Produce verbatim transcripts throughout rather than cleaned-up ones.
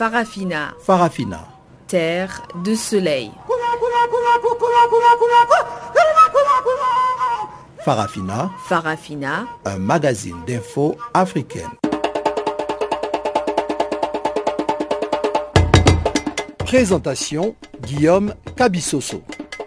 Farafina. Farafina. Terre de soleil. Farafina. Farafina. Un magazine d'infos africaine. Présentation Guillaume Kabissoso.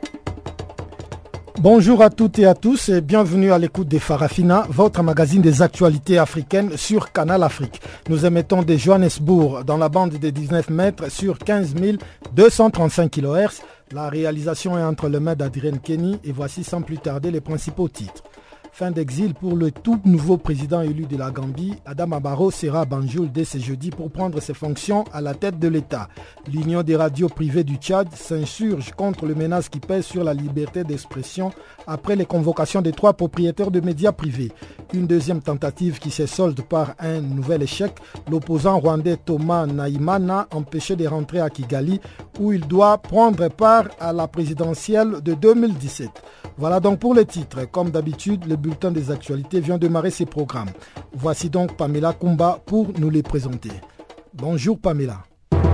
Bonjour à toutes et à tous et bienvenue à l'écoute de Farafina, votre magazine des actualités africaines sur Canal Afrique. Nous émettons de Johannesburg dans la bande de dix-neuf mètres sur quinze mille deux cent trente-cinq kilohertz. La réalisation est entre les mains d'Adrien Kenny et voici sans plus tarder les principaux titres. Fin d'exil pour le tout nouveau président élu de la Gambie, Adama Barrow sera à Banjul dès ce jeudi pour prendre ses fonctions à la tête de l'État. L'Union des radios privées du Tchad s'insurge contre les menaces qui pèsent sur la liberté d'expression après les convocations des trois propriétaires de médias privés. Une deuxième tentative qui se solde par un nouvel échec, l'opposant rwandais Thomas Naimana empêché de rentrer à Kigali où il doit prendre part à la présidentielle de deux mille dix-sept. Voilà donc pour les titres. Comme d'habitude, le bulletin des actualités vient de démarrer ses programmes. Voici donc Pamela Kumba pour nous les présenter. Bonjour Pamela.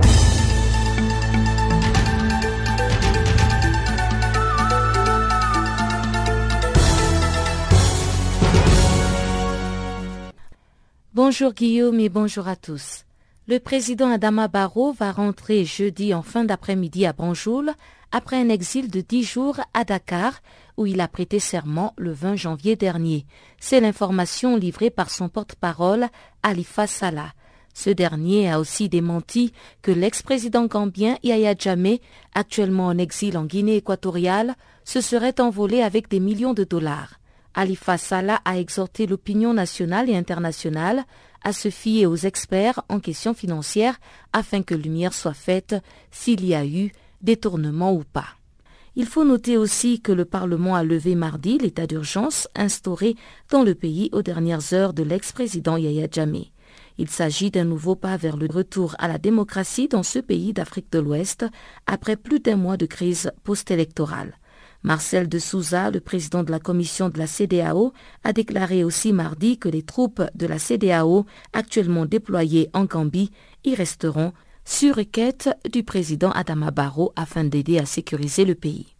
Bonjour Guillaume et bonjour à tous. Le président Adama Barrow va rentrer jeudi en fin d'après-midi à Banjul après un exil de dix jours à Dakar où il a prêté serment le vingt janvier dernier. C'est l'information livrée par son porte-parole Halifa Sallah. Ce dernier a aussi démenti que l'ex-président gambien Yahya Jammeh, actuellement en exil en Guinée équatoriale, se serait envolé avec des millions de dollars. Halifa Sallah a exhorté l'opinion nationale et internationale à se fier aux experts en questions financières afin que lumière soit faite s'il y a eu détournement ou pas. Il faut noter aussi que le Parlement a levé mardi l'état d'urgence instauré dans le pays aux dernières heures de l'ex-président Yahya Jammeh. Il s'agit d'un nouveau pas vers le retour à la démocratie dans ce pays d'Afrique de l'Ouest après plus d'un mois de crise post-électorale. Marcel de Souza, le président de la commission de la C E D E A O, a déclaré aussi mardi que les troupes de la C E D E A O actuellement déployées en Gambie y resteront sur requête du président Adama Barrow afin d'aider à sécuriser le pays.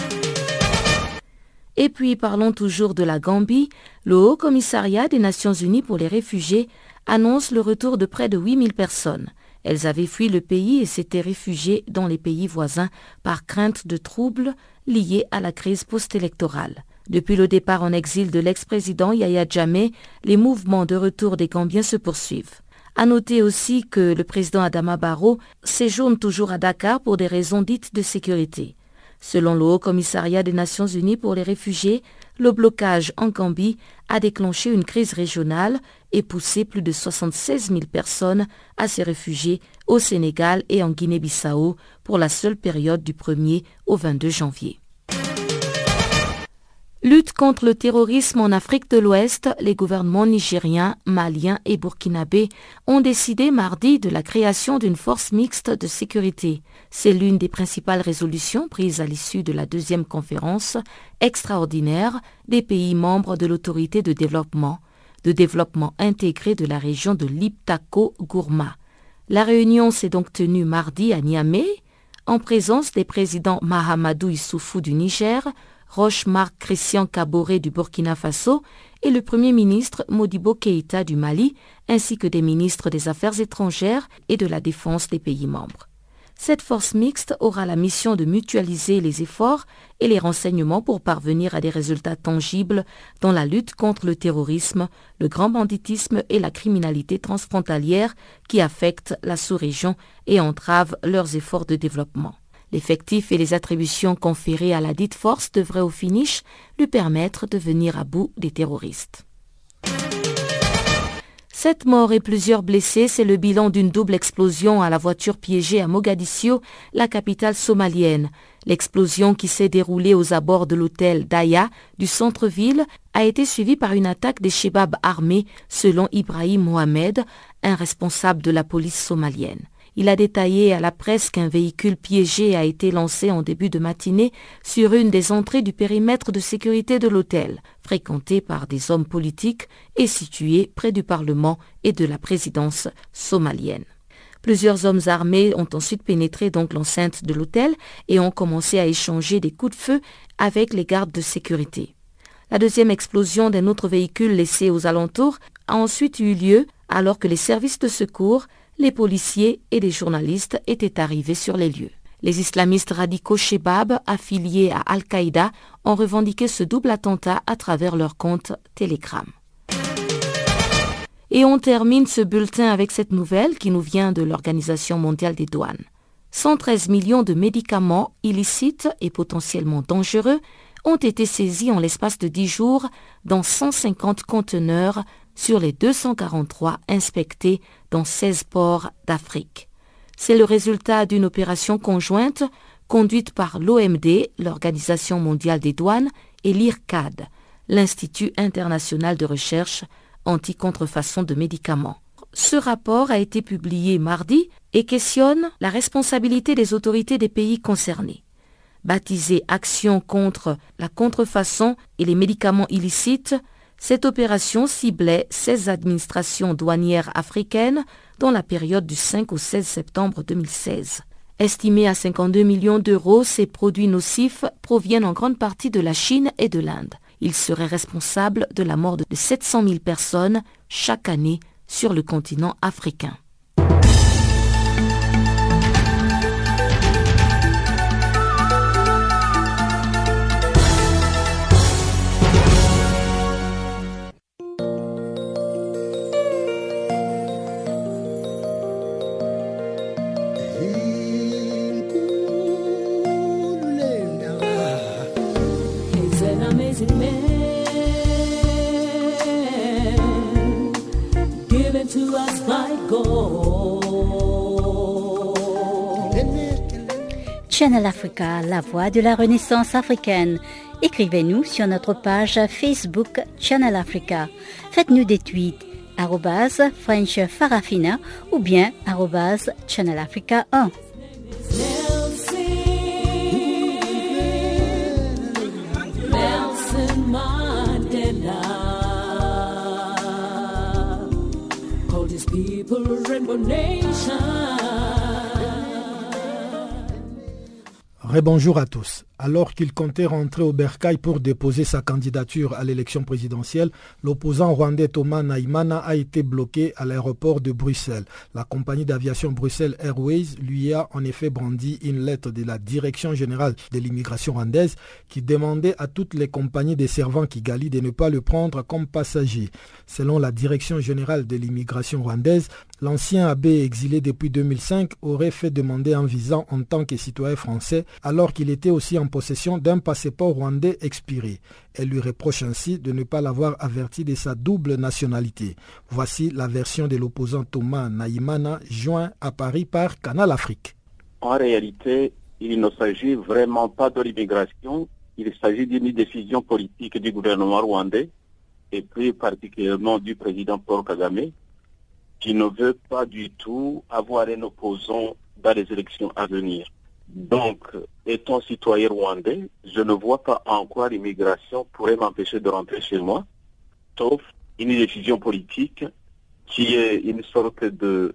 Et puis parlons toujours de la Gambie. Le Haut Commissariat des Nations Unies pour les réfugiés annonce le retour de près de huit mille personnes. Elles avaient fui le pays et s'étaient réfugiées dans les pays voisins par crainte de troubles liés à la crise post-électorale. Depuis le départ en exil de l'ex-président Yahya Jammeh, les mouvements de retour des Gambiens se poursuivent. À noter aussi que le président Adama Barrow séjourne toujours à Dakar pour des raisons dites de sécurité. Selon le Haut Commissariat des Nations Unies pour les réfugiés, le blocage en Gambie a déclenché une crise régionale et poussé plus de soixante-seize mille personnes à se réfugier au Sénégal et en Guinée-Bissau pour la seule période du premier au vingt-deux janvier. Lutte contre le terrorisme en Afrique de l'Ouest, les gouvernements nigériens, maliens et burkinabés ont décidé mardi de la création d'une force mixte de sécurité. C'est l'une des principales résolutions prises à l'issue de la deuxième conférence extraordinaire des pays membres de l'autorité de développement, de développement intégré de la région de l'Iptako-Gourma. La réunion s'est donc tenue mardi à Niamey, en présence des présidents Mahamadou Issoufou du Niger, Roch-Marc Christian Kaboré du Burkina Faso et le Premier ministre Modibo Keïta du Mali, ainsi que des ministres des Affaires étrangères et de la Défense des pays membres. Cette force mixte aura la mission de mutualiser les efforts et les renseignements pour parvenir à des résultats tangibles dans la lutte contre le terrorisme, le grand banditisme et la criminalité transfrontalière qui affectent la sous-région et entravent leurs efforts de développement. L'effectif et les attributions conférées à la dite force devraient au finish lui permettre de venir à bout des terroristes. Sept morts et plusieurs blessés, c'est le bilan d'une double explosion à la voiture piégée à Mogadiscio, la capitale somalienne. L'explosion qui s'est déroulée aux abords de l'hôtel Daya du centre-ville a été suivie par une attaque des Chebabs armés, selon Ibrahim Mohamed, un responsable de la police somalienne. Il a détaillé à la presse qu'un véhicule piégé a été lancé en début de matinée sur une des entrées du périmètre de sécurité de l'hôtel, fréquenté par des hommes politiques et situé près du Parlement et de la présidence somalienne. Plusieurs hommes armés ont ensuite pénétré donc l'enceinte de l'hôtel et ont commencé à échanger des coups de feu avec les gardes de sécurité. La deuxième explosion d'un autre véhicule laissé aux alentours a ensuite eu lieu alors que les services de secours, les policiers et des journalistes étaient arrivés sur les lieux. Les islamistes radicaux Shebab, affiliés à Al-Qaïda, ont revendiqué ce double attentat à travers leur compte Telegram. Et on termine ce bulletin avec cette nouvelle qui nous vient de l'Organisation mondiale des douanes. cent treize millions de médicaments illicites et potentiellement dangereux ont été saisis en l'espace de dix jours dans cent cinquante conteneurs sur les deux cent quarante-trois inspectés dans seize ports d'Afrique. C'est le résultat d'une opération conjointe conduite par l'O M D, l'Organisation mondiale des douanes, et l'I R C A D, l'Institut international de recherche anti-contrefaçon de médicaments. Ce rapport a été publié mardi et questionne la responsabilité des autorités des pays concernés. Baptisée Action contre la contrefaçon et les médicaments illicites, cette opération ciblait seize administrations douanières africaines dans la période du cinq au seize septembre deux mille seize. Estimés à cinquante-deux millions d'euros, ces produits nocifs proviennent en grande partie de la Chine et de l'Inde. Ils seraient responsables de la mort de sept cent mille personnes chaque année sur le continent africain. Channel Africa, la voix de la Renaissance africaine. Écrivez-nous sur notre page Facebook Channel Africa. Faites-nous des tweets arobase French Farafina ou bien arobase Channel Africa un. Rebonjour à tous. Alors qu'il comptait rentrer au bercail pour déposer sa candidature à l'élection présidentielle, l'opposant rwandais Thomas Nahimana a été bloqué à l'aéroport de Bruxelles. La compagnie d'aviation Bruxelles Airways lui a en effet brandi une lettre de la Direction générale de l'immigration rwandaise qui demandait à toutes les compagnies desservant Kigali de ne pas le prendre comme passager. Selon la Direction générale de l'immigration rwandaise, l'ancien abbé exilé depuis deux mille cinq aurait fait demander un visa en tant que citoyen français alors qu'il était aussi en possession d'un passeport rwandais expiré. Elle lui reproche ainsi de ne pas l'avoir averti de sa double nationalité. Voici la version de l'opposant Thomas Nahimana, joint à Paris par Canal Afrique. En réalité, il ne s'agit vraiment pas de l'immigration, il s'agit d'une décision politique du gouvernement rwandais et plus particulièrement du président Paul Kagame qui ne veut pas du tout avoir un opposant dans les élections à venir. Donc, étant citoyen rwandais, je ne vois pas en quoi l'immigration pourrait m'empêcher de rentrer chez moi, sauf une décision politique qui est une sorte de,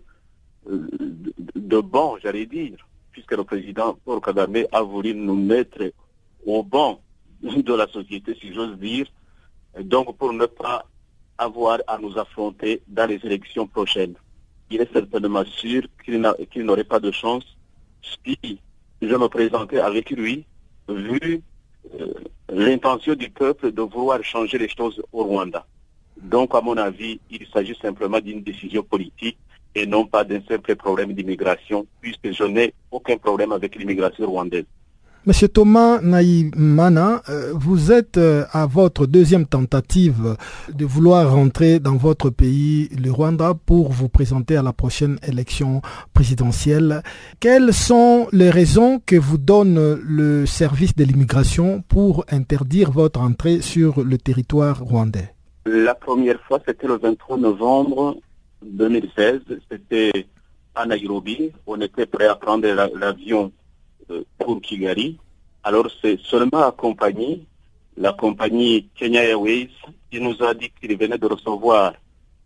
de, de banc, j'allais dire, puisque le président Paul Kagame a voulu nous mettre au banc de la société, si j'ose dire, donc pour ne pas avoir à nous affronter dans les élections prochaines. Il est certainement sûr qu'il, n'a, qu'il n'aurait pas de chance si je me présentais avec lui, vu euh, l'intention du peuple de vouloir changer les choses au Rwanda. Donc, à mon avis, il s'agit simplement d'une décision politique et non pas d'un simple problème d'immigration, puisque je n'ai aucun problème avec l'immigration rwandaise. Monsieur Thomas Nahimana, vous êtes à votre deuxième tentative de vouloir rentrer dans votre pays, le Rwanda, pour vous présenter à la prochaine élection présidentielle. Quelles sont les raisons que vous donne le service de l'immigration pour interdire votre entrée sur le territoire rwandais? La première fois, c'était le vingt-trois novembre deux mille seize. C'était à Nairobi. On était prêt à prendre la, l'avion pour Kigali. Alors c'est seulement accompagné la compagnie Kenya Airways qui nous a dit qu'il venait de recevoir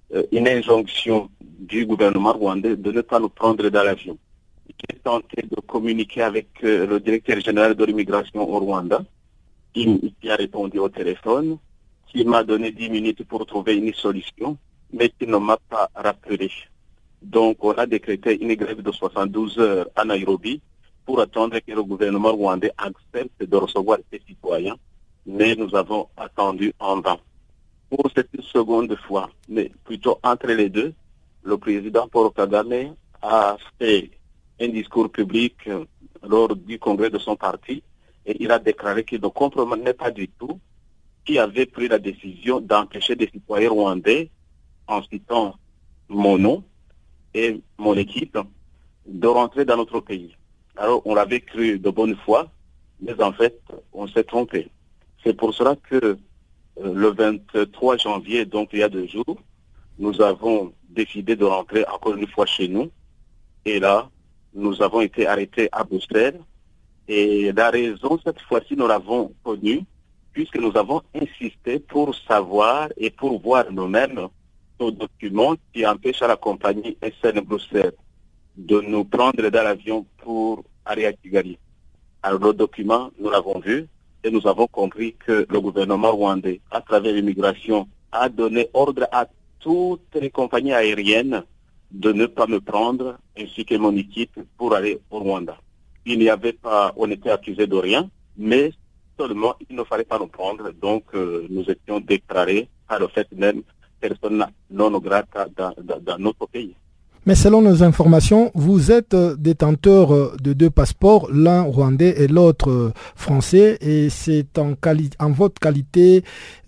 euh, une injonction du gouvernement rwandais de ne pas nous prendre dans l'avion. J'ai tenté de communiquer avec euh, le directeur général de l'immigration au Rwanda, qui, qui a répondu au téléphone, qui m'a donné dix minutes pour trouver une solution, mais qui ne m'a pas rappelé. Donc, on a décrété une grève de soixante-douze heures à Nairobi pour attendre que le gouvernement rwandais accepte de recevoir ses citoyens, mais nous avons attendu en vain. Pour cette seconde fois, mais plutôt entre les deux, le président Paul Kagame a fait un discours public lors du congrès de son parti et il a déclaré qu'il ne comprenait pas du tout qui avait pris la décision d'empêcher des citoyens rwandais, en citant mon nom et mon équipe, de rentrer dans notre pays. Alors, on l'avait cru de bonne foi, mais en fait, on s'est trompé. C'est pour cela que euh, le vingt-trois janvier, donc il y a deux jours, nous avons décidé de rentrer encore une fois chez nous. Et là, nous avons été arrêtés à Bruxelles. Et la raison, cette fois-ci, nous l'avons connue, puisque nous avons insisté pour savoir et pour voir nous-mêmes nos documents qui empêchent à la compagnie S N Bruxelles de nous prendre dans l'avion pour aller à Kigali. Alors, nos documents, nous l'avons vu et nous avons compris que le gouvernement rwandais, à travers l'immigration, a donné ordre à toutes les compagnies aériennes de ne pas me prendre, ainsi que mon équipe, pour aller au Rwanda. Il n'y avait pas, on était accusé de rien, mais seulement il ne fallait pas nous prendre, donc euh, nous étions déclarés par le fait même persona non grata dans, dans, dans notre pays. Mais selon nos informations, vous êtes détenteur de deux passeports, l'un rwandais et l'autre français, et c'est en, quali- en votre qualité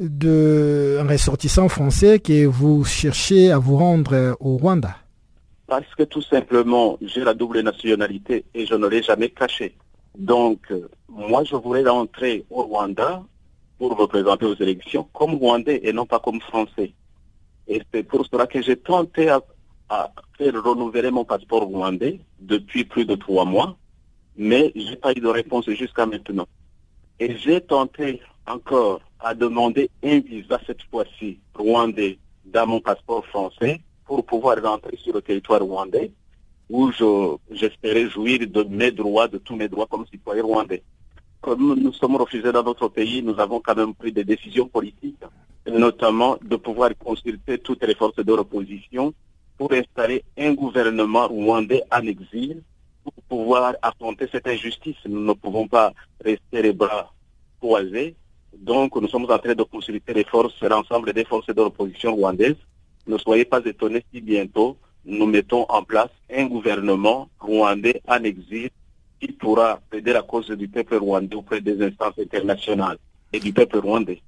de ressortissant français que vous cherchez à vous rendre au Rwanda. Parce que tout simplement, j'ai la double nationalité et je ne l'ai jamais caché. Donc, euh, moi, je voulais rentrer au Rwanda pour me présenter aux élections comme Rwandais et non pas comme Français. Et c'est pour cela que j'ai tenté à, à faire renouveler mon passeport rwandais depuis plus de trois mois, mais j'ai pas eu de réponse jusqu'à maintenant. Et j'ai tenté encore à demander un visa cette fois-ci rwandais dans mon passeport français pour pouvoir rentrer sur le territoire rwandais où je, j'espérais jouir de mes droits, de tous mes droits comme citoyen rwandais. Comme nous sommes refusés dans notre pays, nous avons quand même pris des décisions politiques, notamment de pouvoir consulter toutes les forces de l'opposition pour installer un gouvernement rwandais en exil pour pouvoir affronter cette injustice. Nous ne pouvons pas rester les bras croisés. Donc, nous sommes en train de consulter les forces, l'ensemble des forces de l'opposition rwandaise. Ne soyez pas étonnés si bientôt nous mettons en place un gouvernement rwandais en exil qui pourra aider la cause du peuple rwandais auprès des instances internationales et du peuple rwandais.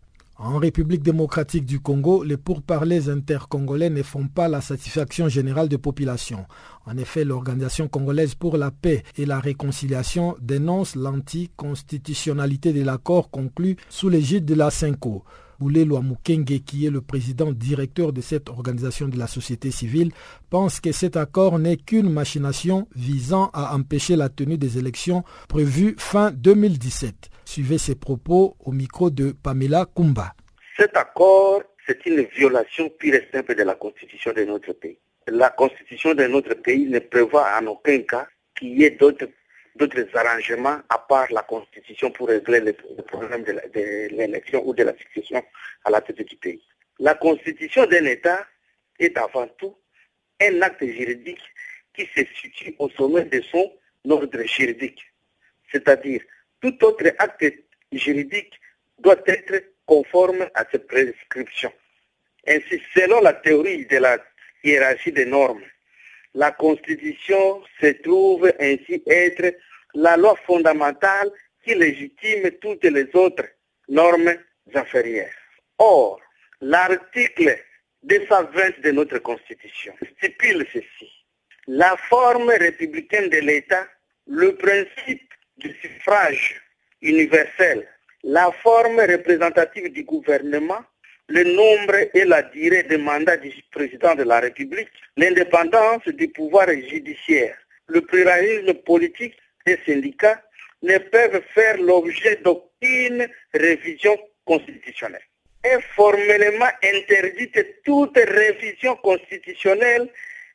En République démocratique du Congo, les pourparlers intercongolais ne font pas la satisfaction générale des populations. En effet, l'Organisation congolaise pour la paix et la réconciliation dénonce l'anticonstitutionnalité de l'accord conclu sous l'égide de la CENCO. Boulé Loamukenge, qui est le président directeur de cette organisation de la société civile, pense que cet accord n'est qu'une machination visant à empêcher la tenue des élections prévues fin deux mille dix-sept. Suivez ses propos au micro de Pamela Kumba. Cet accord, c'est une violation pure et simple de la constitution de notre pays. La constitution de notre pays ne prévoit en aucun cas qu'il y ait d'autres d'autres arrangements à part la constitution pour régler le, le problème de, la, de l'élection ou de la succession à la tête du pays. La constitution d'un État est avant tout un acte juridique qui se situe au sommet de son ordre juridique. C'est-à-dire, tout autre acte juridique doit être conforme à ces prescriptions. Ainsi, selon la théorie de la hiérarchie des normes, la Constitution se trouve ainsi être la loi fondamentale qui légitime toutes les autres normes inférieures. Or, l'article deux cent vingt de notre Constitution stipule ceci. La forme républicaine de l'État, le principe du suffrage universel, la forme représentative du gouvernement, le nombre et la durée des mandats du président de la République, l'indépendance du pouvoir judiciaire, le pluralisme politique des syndicats ne peuvent faire l'objet d'aucune révision constitutionnelle. est formellement interdite toute révision constitutionnelle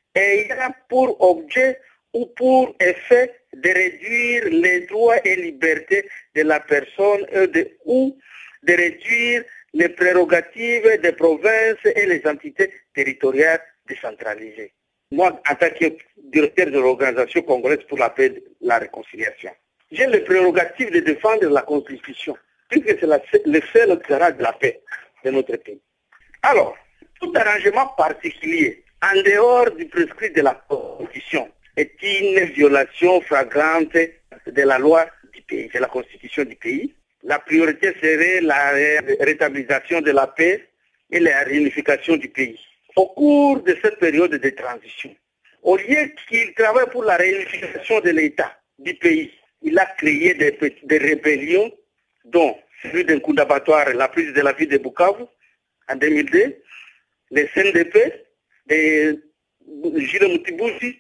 ayant pour objet ou pour effet de réduire les droits et libertés de la personne et de, ou de réduire les prérogatives des provinces et les entités territoriales décentralisées. Moi, en tant que directeur de l'Organisation congolaise pour la paix et la réconciliation, j'ai les prérogatives de défendre la Constitution, puisque c'est la, le seul garant de la paix de notre pays. Alors, tout arrangement particulier, en dehors du prescrit de la Constitution, est une violation flagrante de la loi du pays, de la Constitution du pays. La priorité serait la rétablissement de la paix et la réunification du pays. Au cours de cette période de transition, au lieu qu'il travaille pour la réunification de l'État du pays, il a créé des, des rébellions, dont celui d'un coup d'abattoir, la prise de la ville de Bukavu en deux mille deux, les C N D P, et Gilles Moutiboussi,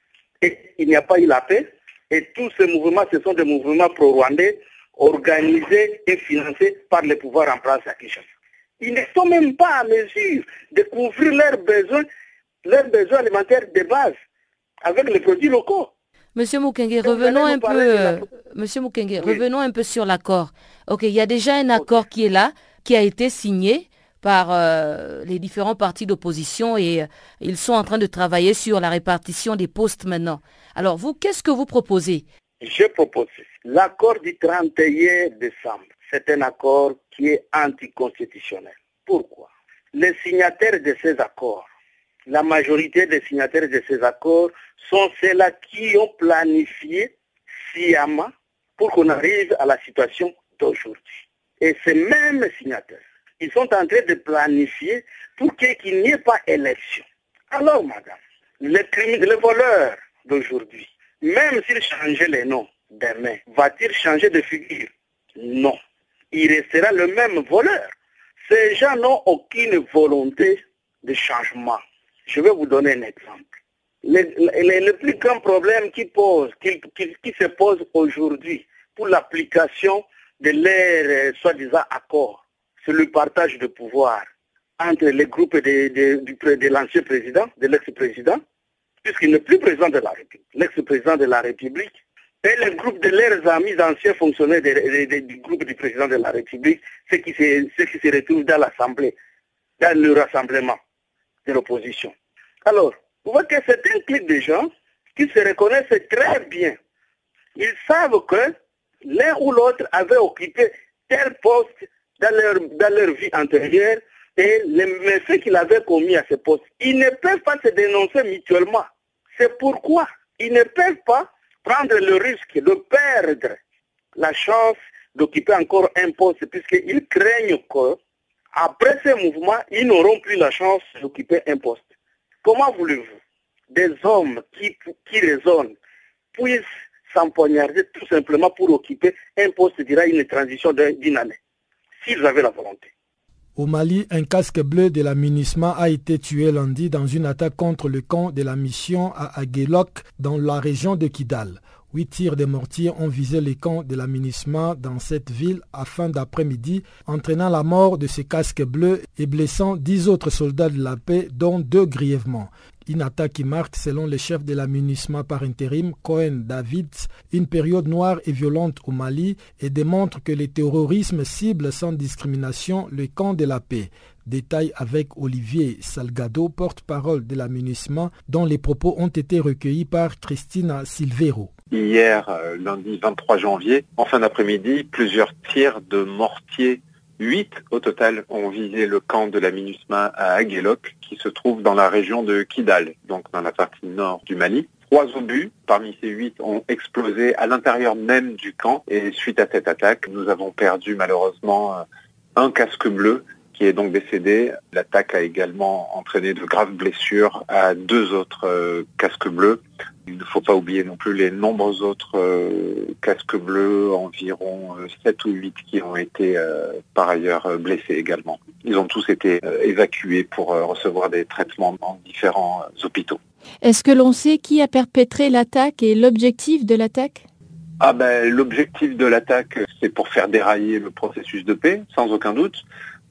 et il n'y a pas eu la paix. Et tous ces mouvements, ce sont des mouvements pro-rwandais organisés et financés par les pouvoirs en place à Kinshasa. Ils ne sont même pas à mesure de couvrir leurs besoins, leurs besoins alimentaires de base avec les produits locaux. Monsieur Mukenge, revenons un peu, la... Monsieur Mukenge, oui. revenons un peu sur l'accord. Ok, il y a déjà un accord okay. qui est là, qui a été signé par euh, les différents partis d'opposition et euh, ils sont en train de travailler sur la répartition des postes maintenant. Alors vous, qu'est-ce que vous proposez? Je propose l'accord du trente et un décembre. C'est un accord qui est anticonstitutionnel. Pourquoi? Les signataires de ces accords, la majorité des signataires de ces accords sont ceux-là qui ont planifié sciemment pour qu'on arrive à la situation d'aujourd'hui. Et ces mêmes signataires, ils sont en train de planifier pour qu'il n'y ait pas élection. Alors, madame, les, crimi- les voleurs d'aujourd'hui, même s'ils changeaient les noms demain, va-t-il changer de figure? Non. Il restera le même voleur. Ces gens n'ont aucune volonté de changement. Je vais vous donner un exemple. Le, le, le plus grand problème qui, pose, qui, qui, qui se pose aujourd'hui pour l'application de leur soi-disant accord, c'est le partage de pouvoir entre les groupes de, de, de, de l'ancien président, de l'ex-président, puisqu'il n'est plus président de la République, l'ex-président de la République, et le groupe de leurs amis anciens fonctionnaires de, de, de, du groupe du président de la République, ceux qui se, ceux qui se retrouvent dans l'Assemblée, dans le rassemblement de l'opposition. Alors, vous voyez que c'est un clic de gens qui se reconnaissent très bien. Ils savent que l'un ou l'autre avait occupé tel poste dans leur, dans leur vie antérieure et les méfaits qu'il avait commis à ce poste. Ils ne peuvent pas se dénoncer mutuellement. C'est pourquoi ils ne peuvent pas prendre le risque de perdre la chance d'occuper encore un poste, puisqu'ils craignent qu'après ce mouvement, ils n'auront plus la chance d'occuper un poste. Comment voulez-vous des hommes qui, qui raisonnent puissent s'empoignarder tout simplement pour occuper un poste durant une transition d'une année, s'ils avaient la volonté? Au Mali, un casque bleu de la MINUSMA a été tué lundi dans une attaque contre le camp de la mission à Aguelok dans la région de Kidal. Huit tirs de mortier ont visé les camps de la MINUSMA dans cette ville à fin d'après-midi, entraînant la mort de ce casque bleu et blessant dix autres soldats de la paix, dont deux grièvement. Une attaque qui marque, selon le chef de la MINUSMA par intérim, Cohen David, une période noire et violente au Mali et démontre que le terrorisme cible sans discrimination le camp de la paix. Détail avec Olivier Salgado, porte-parole de la MINUSMA, dont les propos ont été recueillis par Christina Silvero. Hier, euh, lundi vingt-trois janvier, en fin d'après-midi, plusieurs tirs de mortier, huit au total, ont visé le camp de la MINUSMA à Aguelok, qui se trouve dans la région de Kidal, donc dans la partie nord du Mali. Trois obus, parmi ces huit, ont explosé à l'intérieur même du camp. Et suite à cette attaque, nous avons perdu malheureusement un casque bleu qui est donc décédé. L'attaque a également entraîné de graves blessures à deux autres euh, casques bleus. Il ne faut pas oublier non plus les nombreux autres euh, casques bleus, environ euh, sept ou huit qui ont été euh, par ailleurs euh, blessés également. Ils ont tous été euh, évacués pour euh, recevoir des traitements dans différents euh, hôpitaux. Est-ce que l'on sait qui a perpétré l'attaque et l'objectif de l'attaque ? Ah ben, l'objectif de l'attaque, c'est pour faire dérailler le processus de paix, sans aucun doute.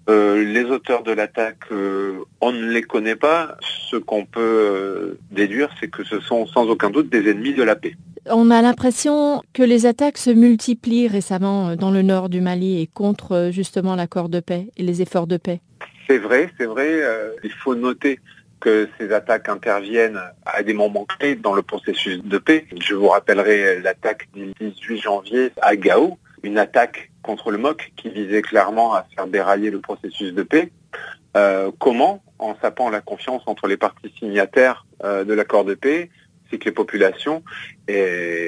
Euh, les auteurs de l'attaque, euh, on ne les connaît pas. Ce qu'on peut euh, déduire, c'est que ce sont sans aucun doute des ennemis de la paix. On a l'impression que les attaques se multiplient récemment dans le nord du Mali et contre justement l'accord de paix et les efforts de paix. C'est vrai, c'est vrai. Euh, il faut noter que ces attaques interviennent à des moments clés dans le processus de paix. Je vous rappellerai l'attaque du dix-huit janvier à Gao, une attaque contre le M O C qui visait clairement à faire dérailler le processus de paix. Euh, comment ? En sapant la confiance entre les parties signataires euh, de l'accord de paix, c'est que les populations, et,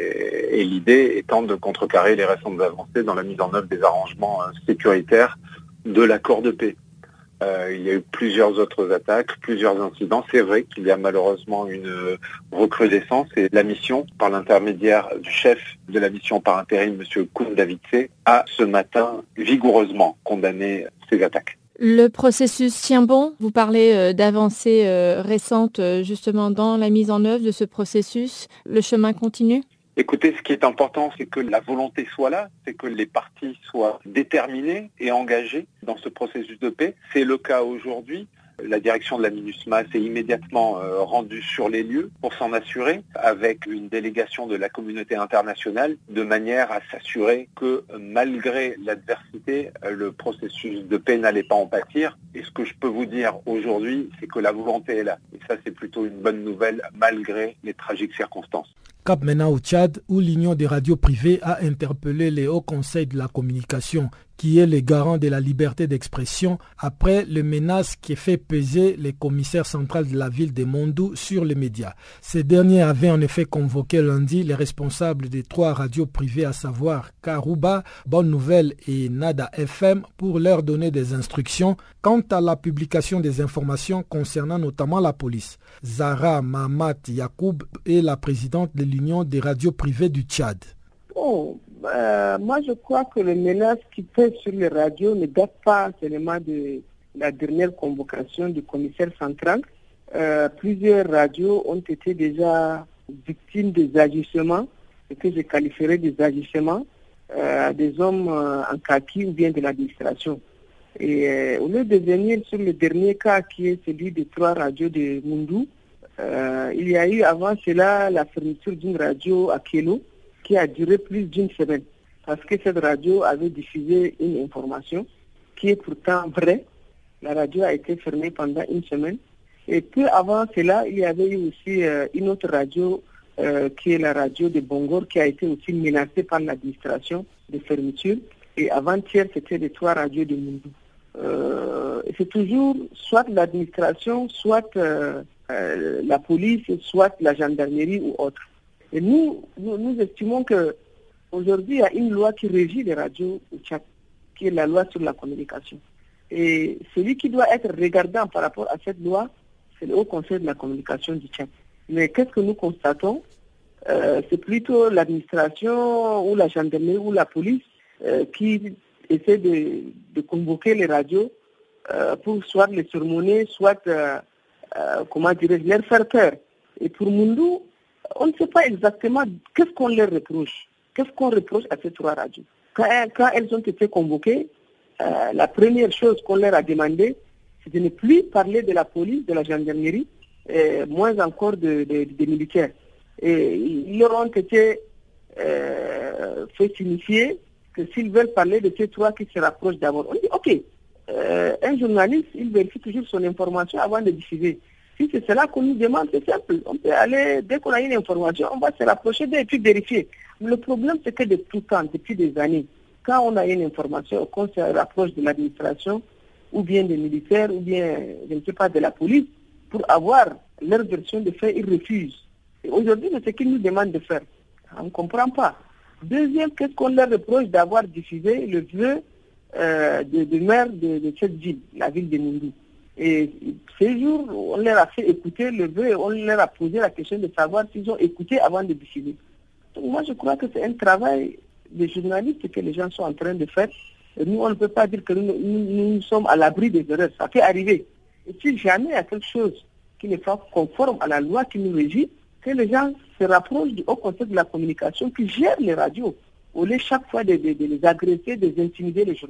et l'idée étant de contrecarrer les récentes avancées dans la mise en œuvre des arrangements euh, sécuritaires de l'accord de paix. Euh, il y a eu plusieurs autres attaques, plusieurs incidents. C'est vrai qu'il y a malheureusement une recrudescence et la mission, par l'intermédiaire du chef de la mission par intérim, M. Koundavitse, a ce matin vigoureusement condamné ces attaques. Le processus tient bon. Vous parlez euh, d'avancées euh, récentes euh, justement dans la mise en œuvre de ce processus. Le chemin continue ? Écoutez, ce qui est important, c'est que la volonté soit là, c'est que les parties soient déterminées et engagées dans ce processus de paix. C'est le cas aujourd'hui. La direction de la MINUSMA s'est immédiatement euh, rendue sur les lieux pour s'en assurer avec une délégation de la communauté internationale de manière à s'assurer que malgré l'adversité, euh, le processus de paix n'allait pas en pâtir. Et ce que je peux vous dire aujourd'hui, c'est que la volonté est là. Et ça, c'est plutôt une bonne nouvelle malgré les tragiques circonstances. Cap maintenant au Tchad, où l'Union des radios privées a interpellé les hauts conseils de la communication, qui est le garant de la liberté d'expression, après les menaces qui fait peser les commissaires centrales de la ville de Mondou sur les médias. Ces derniers avaient en effet convoqué lundi les responsables des trois radios privées, à savoir Karouba, Bonne Nouvelle et Nada F M, pour leur donner des instructions quant à la publication des informations concernant notamment la police. Zahra Mahamat Yacoub est la présidente de l'Union des radios privées du Tchad. Oh, euh, moi je crois que les menaces qui pèsent sur les radios ne datent pas seulement de la dernière convocation du commissaire central. Euh, plusieurs radios ont été déjà victimes des agissements, ce que je qualifierais des agissements, euh, des hommes euh, en kaki ou bien de l'administration. Et euh, au lieu de venir sur le dernier cas qui est celui des trois radios de Mondou, euh, il y a eu avant cela la fermeture d'une radio à Kélo qui a duré plus d'une semaine. Parce que cette radio avait diffusé une information qui est pourtant vraie. La radio a été fermée pendant une semaine. Et peu avant cela, il y avait eu aussi euh, une autre radio euh, qui est la radio de Bongor qui a été aussi menacée par l'administration de fermeture. Et avant-hier, c'était les trois radios de Mondou. Euh, c'est toujours soit l'administration, soit euh, euh, la police, soit la gendarmerie ou autre. Et nous, nous, nous estimons que aujourd'hui il y a une loi qui régit les radios au Tchad, qui est la loi sur la communication. Et celui qui doit être regardant par rapport à cette loi, c'est le Haut Conseil de la communication du Tchad. Mais qu'est-ce que nous constatons? euh, C'est plutôt l'administration ou la gendarmerie ou la police euh, qui essaie de, de convoquer les radios euh, pour soit les surmonter, soit, euh, euh, comment dirais-je, leur faire peur. Et pour Mondou, on ne sait pas exactement qu'est-ce qu'on leur reproche. Qu'est-ce qu'on reproche à ces trois radios. Quand, quand elles ont été convoquées, euh, la première chose qu'on leur a demandé, c'est de ne plus parler de la police, de la gendarmerie, et moins encore de, de, de, des militaires. Et ils leur ont été euh, fait signifier que s'ils veulent parler de ces trois qui se rapprochent d'abord, on dit ok, euh, un journaliste, il vérifie toujours son information avant de diffuser. Si c'est cela qu'on nous demande, c'est simple. On peut aller, dès qu'on a une information, on va se rapprocher d'eux et puis vérifier. Mais le problème, c'est que de tout temps, depuis des années, quand on a une information, qu'on se rapproche de l'administration, ou bien des militaires, ou bien, je ne sais pas, de la police, pour avoir leur version de fait, ils refusent. Et aujourd'hui, c'est ce qu'ils nous demandent de faire. On ne comprend pas. Deuxième, qu'est-ce qu'on leur reproche d'avoir diffusé le vœu euh, de, de maire de, de cette ville, la ville de Mondou. Et ces jours, on leur a fait écouter le vœu et on leur a posé la question de savoir s'ils ont écouté avant de diffuser. Donc moi, je crois que c'est un travail des journalistes que les gens sont en train de faire. Et nous, on ne peut pas dire que nous, nous, nous sommes à l'abri des erreurs. Ça peut arriver. Et si jamais il y a quelque chose qui n'est pas conforme à la loi qui nous régit, que les gens se rapprochent du Haut Conseil de la communication qui gère les radios, au lieu chaque fois de, de, de les agresser, de les intimider les journalistes.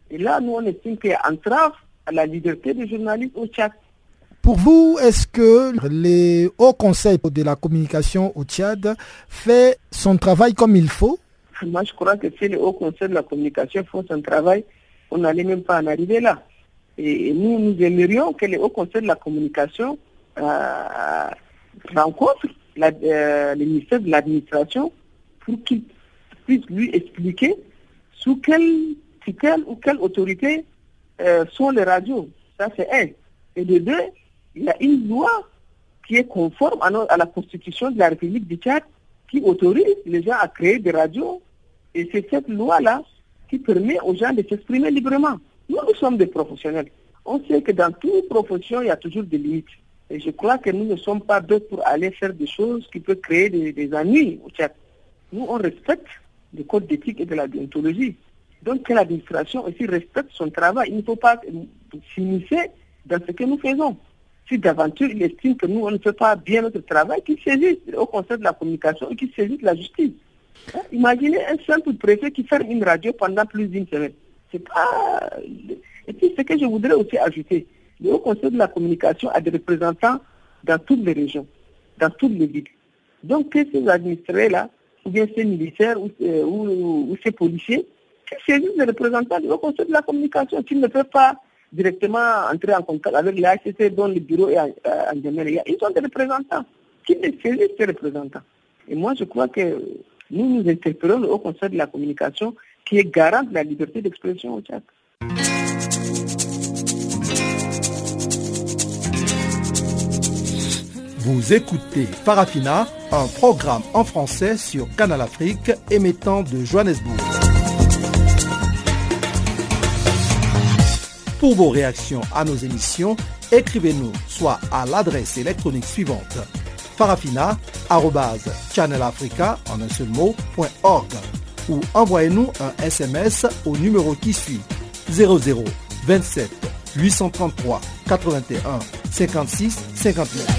Et là, nous, on estime qu'il y a entrave à la liberté des journalistes au Tchad. Pour vous, est-ce que le Haut Conseil de la communication au Tchad fait son travail comme il faut? Moi, je crois que si le Haut Conseil de la communication fait son travail, on n'allait même pas en arriver là. Et, et nous, nous aimerions que le Haut Conseil de la communication euh, rencontre la, euh, le ministère de l'administration pour qu'il puisse lui expliquer sous quelle, sous quelle ou quelle autorité euh, sont les radios. Ça, c'est un. Et de deux, il y a une loi qui est conforme à, nos, à la Constitution de la République du Tchad qui autorise les gens à créer des radios. Et c'est cette loi-là qui permet aux gens de s'exprimer librement. Nous, nous sommes des professionnels. On sait que dans toute profession, il y a toujours des limites. Et je crois que nous ne sommes pas bêtes pour aller faire des choses qui peuvent créer des, des ennuis au Tchad. Nous, on respecte le code d'éthique et de la déontologie. Donc, que l'administration aussi respecte son travail. Il ne faut pas s'immiscer dans ce que nous faisons. Si d'aventure il estime que nous, on ne fait pas bien notre travail, qu'il saisisse au Conseil de la communication et qu'il saisisse la justice. Hein? Imaginez un simple préfet qui ferme une radio pendant plus d'une semaine. C'est pas... Et puis, ce que je voudrais aussi ajouter, le Haut Conseil de la communication a des représentants dans toutes les régions, dans toutes les villes. Donc, que ces administrés-là, ou bien ces militaires, ou, euh, ou, ou ces policiers, qu'ils saisissent les représentants du Haut Conseil de la communication, qu'ils ne peuvent pas directement entrer en contact avec l'A H C C dont le bureau est en Djamena. Ils ont des représentants. Qui les saisissent ces représentants? Et moi, je crois que nous nous interpellons le Haut Conseil de la communication qui est garant de la liberté d'expression au Tchad. Vous écoutez Farafina, un programme en français sur Canal Afrique émettant de Johannesburg. Pour vos réactions à nos émissions, écrivez-nous soit à l'adresse électronique suivante farafina arobase channelafrica en un seul mot point org ou envoyez-nous un S M S au numéro qui suit zéro zéro vingt-sept huit cent trente-trois quatre-vingt-un cinquante-six cinquante-neuf.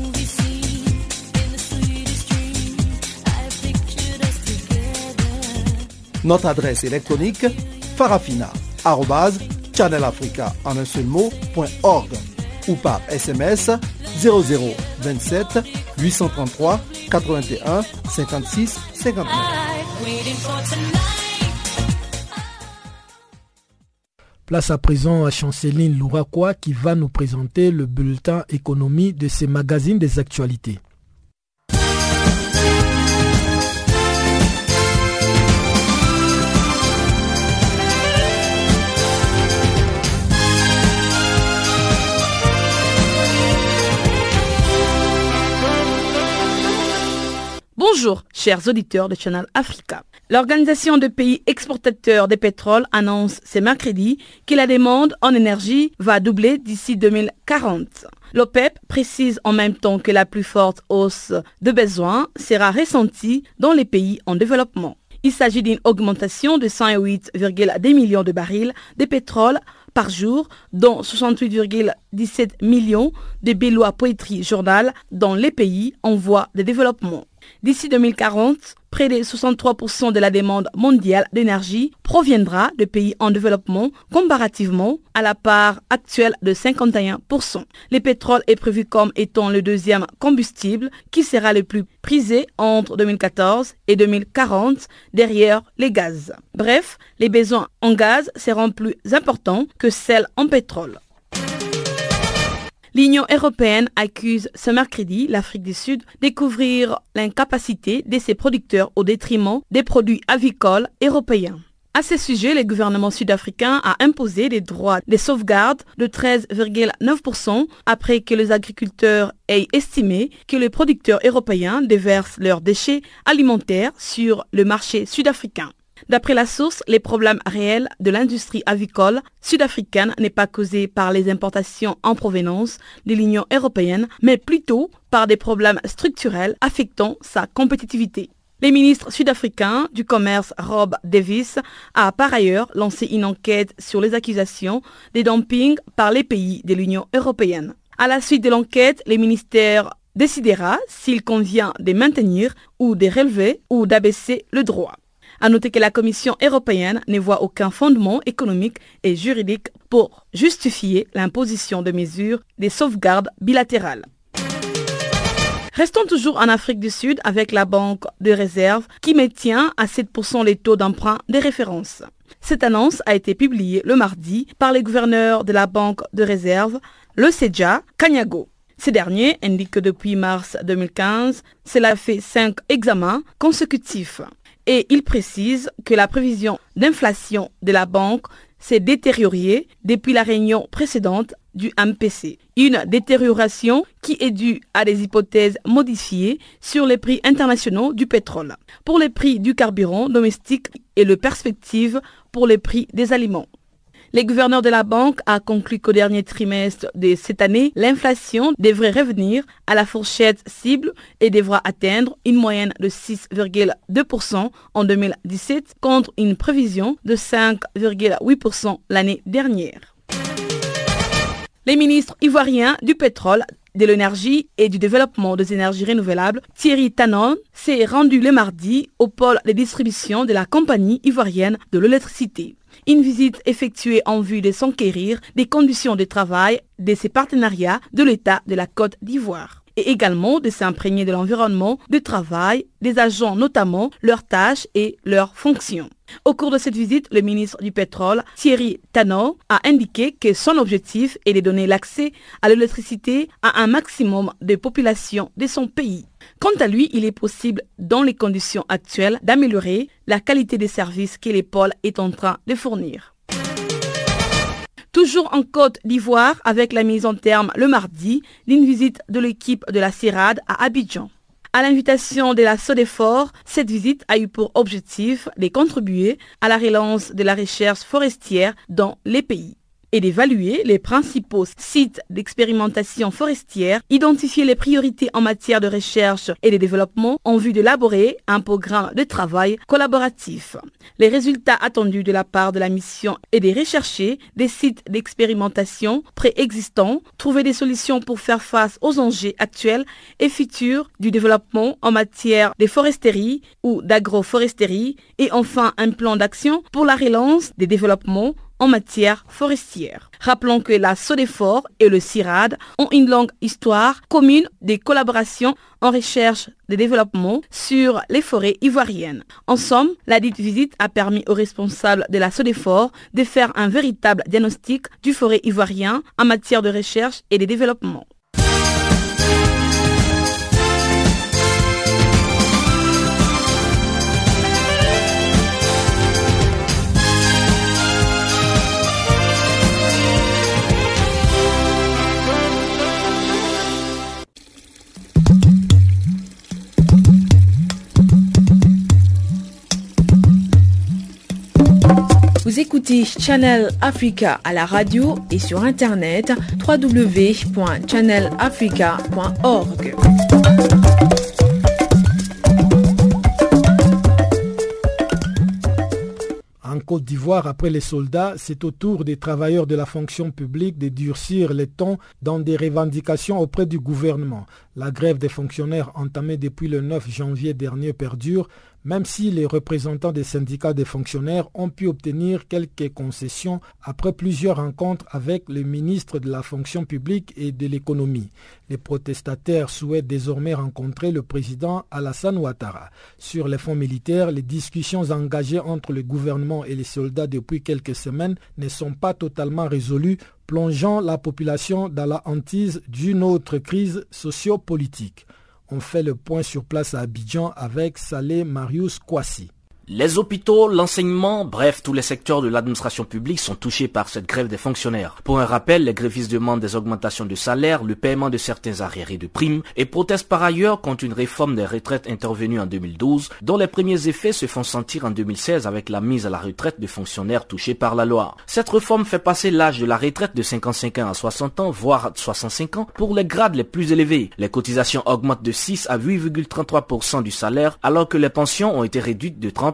Notre adresse électronique farafina arobase channelafrica en un seul mot point org ou par S M S zéro zéro vingt-sept huit cent trente-trois quatre-vingt-un cinquante-six cinquante-neuf. Place à présent à Chanceline Louraquois qui va nous présenter le bulletin économie de ses magazines des actualités. Bonjour, chers auditeurs de Channel Africa. L'Organisation des pays exportateurs de pétrole annonce ce mercredi que la demande en énergie va doubler d'ici deux mille quarante. L'OPEP précise en même temps que la plus forte hausse de besoins sera ressentie dans les pays en développement. Il s'agit d'une augmentation de cent huit virgule deux millions de barils de pétrole par jour, dont soixante-huit virgule dix-sept millions de Balois Poetry Journal dans les pays en voie de développement. D'ici deux mille quarante, près de soixante-trois pour cent de la demande mondiale d'énergie proviendra de pays en développement comparativement à la part actuelle de cinquante et un pour cent. Le pétrole est prévu comme étant le deuxième combustible qui sera le plus prisé entre deux mille quatorze et deux mille quarante derrière les gaz. Bref, les besoins en gaz seront plus importants que celles en pétrole. L'Union européenne accuse ce mercredi l'Afrique du Sud de couvrir l'incapacité de ses producteurs au détriment des produits avicoles européens. À ce sujet, le gouvernement sud-africain a imposé des droits de sauvegarde de treize virgule neuf pour cent après que les agriculteurs aient estimé que les producteurs européens déversent leurs déchets alimentaires sur le marché sud-africain. D'après la source, les problèmes réels de l'industrie avicole sud-africaine n'est pas causé par les importations en provenance de l'Union européenne, mais plutôt par des problèmes structurels affectant sa compétitivité. Le ministre sud-africain du Commerce, Rob Davis, a par ailleurs lancé une enquête sur les accusations de dumping par les pays de l'Union européenne. À la suite de l'enquête, le ministère décidera s'il convient de maintenir ou de relever ou d'abaisser le droit. À noter que la Commission européenne ne voit aucun fondement économique et juridique pour justifier l'imposition de mesures de sauvegarde bilatérales. Restons toujours en Afrique du Sud avec la Banque de réserve qui maintient à sept pour cent les taux d'emprunt de référence. Cette annonce a été publiée le mardi par le gouverneur de la Banque de réserve, le Cedja Kanyago. Ce dernier indique que depuis mars deux mille quinze, cela fait cinq examens consécutifs. Et il précise que la prévision d'inflation de la banque s'est détériorée depuis la réunion précédente du M P C. Une détérioration qui est due à des hypothèses modifiées sur les prix internationaux du pétrole, pour les prix du carburant domestique et les perspectives pour les prix des aliments. Le gouverneur de la banque a conclu qu'au dernier trimestre de cette année, l'inflation devrait revenir à la fourchette cible et devra atteindre une moyenne de six virgule deux pour cent en deux mille dix-sept contre une prévision de cinq virgule huit pour cent l'année dernière. Les ministres ivoiriens du pétrole, de l'énergie et du développement des énergies renouvelables, Thierry Tanon, s'est rendu le mardi au pôle de distribution de la compagnie ivoirienne de l'électricité. Une visite effectuée en vue de s'enquérir des conditions de travail de ces partenariats de l'État de la Côte d'Ivoire et également de s'imprégner de l'environnement de travail des agents, notamment leurs tâches et leurs fonctions. Au cours de cette visite, le ministre du Pétrole, Thierry Tanon, a indiqué que son objectif est de donner l'accès à l'électricité à un maximum de populations de son pays. Quant à lui, il est possible, dans les conditions actuelles, d'améliorer la qualité des services que le pôle est en train de fournir. Toujours en Côte d'Ivoire, avec la mise en terme le mardi d'une visite de l'équipe de la CIRAD à Abidjan. À l'invitation de la SODEFOR, cette visite a eu pour objectif de contribuer à la relance de la recherche forestière dans les pays et d'évaluer les principaux sites d'expérimentation forestière, identifier les priorités en matière de recherche et de développement en vue d'élaborer un programme de travail collaboratif. Les résultats attendus de la part de la mission est de rechercher des sites d'expérimentation préexistants, trouver des solutions pour faire face aux enjeux actuels et futurs du développement en matière de foresterie ou d'agroforesterie et enfin un plan d'action pour la relance des développements en matière forestière. Rappelons que la SODEFOR et le CIRAD ont une longue histoire commune des collaborations en recherche et développement sur les forêts ivoiriennes. En somme, la dite visite a permis aux responsables de la SODEFOR de faire un véritable diagnostic du forêt ivoirien en matière de recherche et de développement. Vous écoutez Channel Africa à la radio et sur internet w w w point channel africa point org. En Côte d'Ivoire, après les soldats, c'est au tour des travailleurs de la fonction publique de durcir les tons dans des revendications auprès du gouvernement. La grève des fonctionnaires entamée depuis le neuf janvier dernier perdure, même si les représentants des syndicats des fonctionnaires ont pu obtenir quelques concessions après plusieurs rencontres avec le ministre de la fonction publique et de l'économie. Les protestataires souhaitent désormais rencontrer le président Alassane Ouattara. Sur les fonds militaires, les discussions engagées entre le gouvernement et les soldats depuis quelques semaines ne sont pas totalement résolues, plongeant la population dans la hantise d'une autre crise socio-politique. On fait le point sur place à Abidjan avec Saleh Marius Kouassi. Les hôpitaux, l'enseignement, bref, tous les secteurs de l'administration publique sont touchés par cette grève des fonctionnaires. Pour un rappel, les grévistes demandent des augmentations de salaire, le paiement de certains arriérés de primes et protestent par ailleurs contre une réforme des retraites intervenue en deux mille douze, dont les premiers effets se font sentir en deux mille seize avec la mise à la retraite de fonctionnaires touchés par la loi. Cette réforme fait passer l'âge de la retraite de cinquante-cinq ans à soixante ans, voire soixante-cinq ans, pour les grades les plus élevés. Les cotisations augmentent de six à huit virgule trente-trois pour cent du salaire, alors que les pensions ont été réduites de trente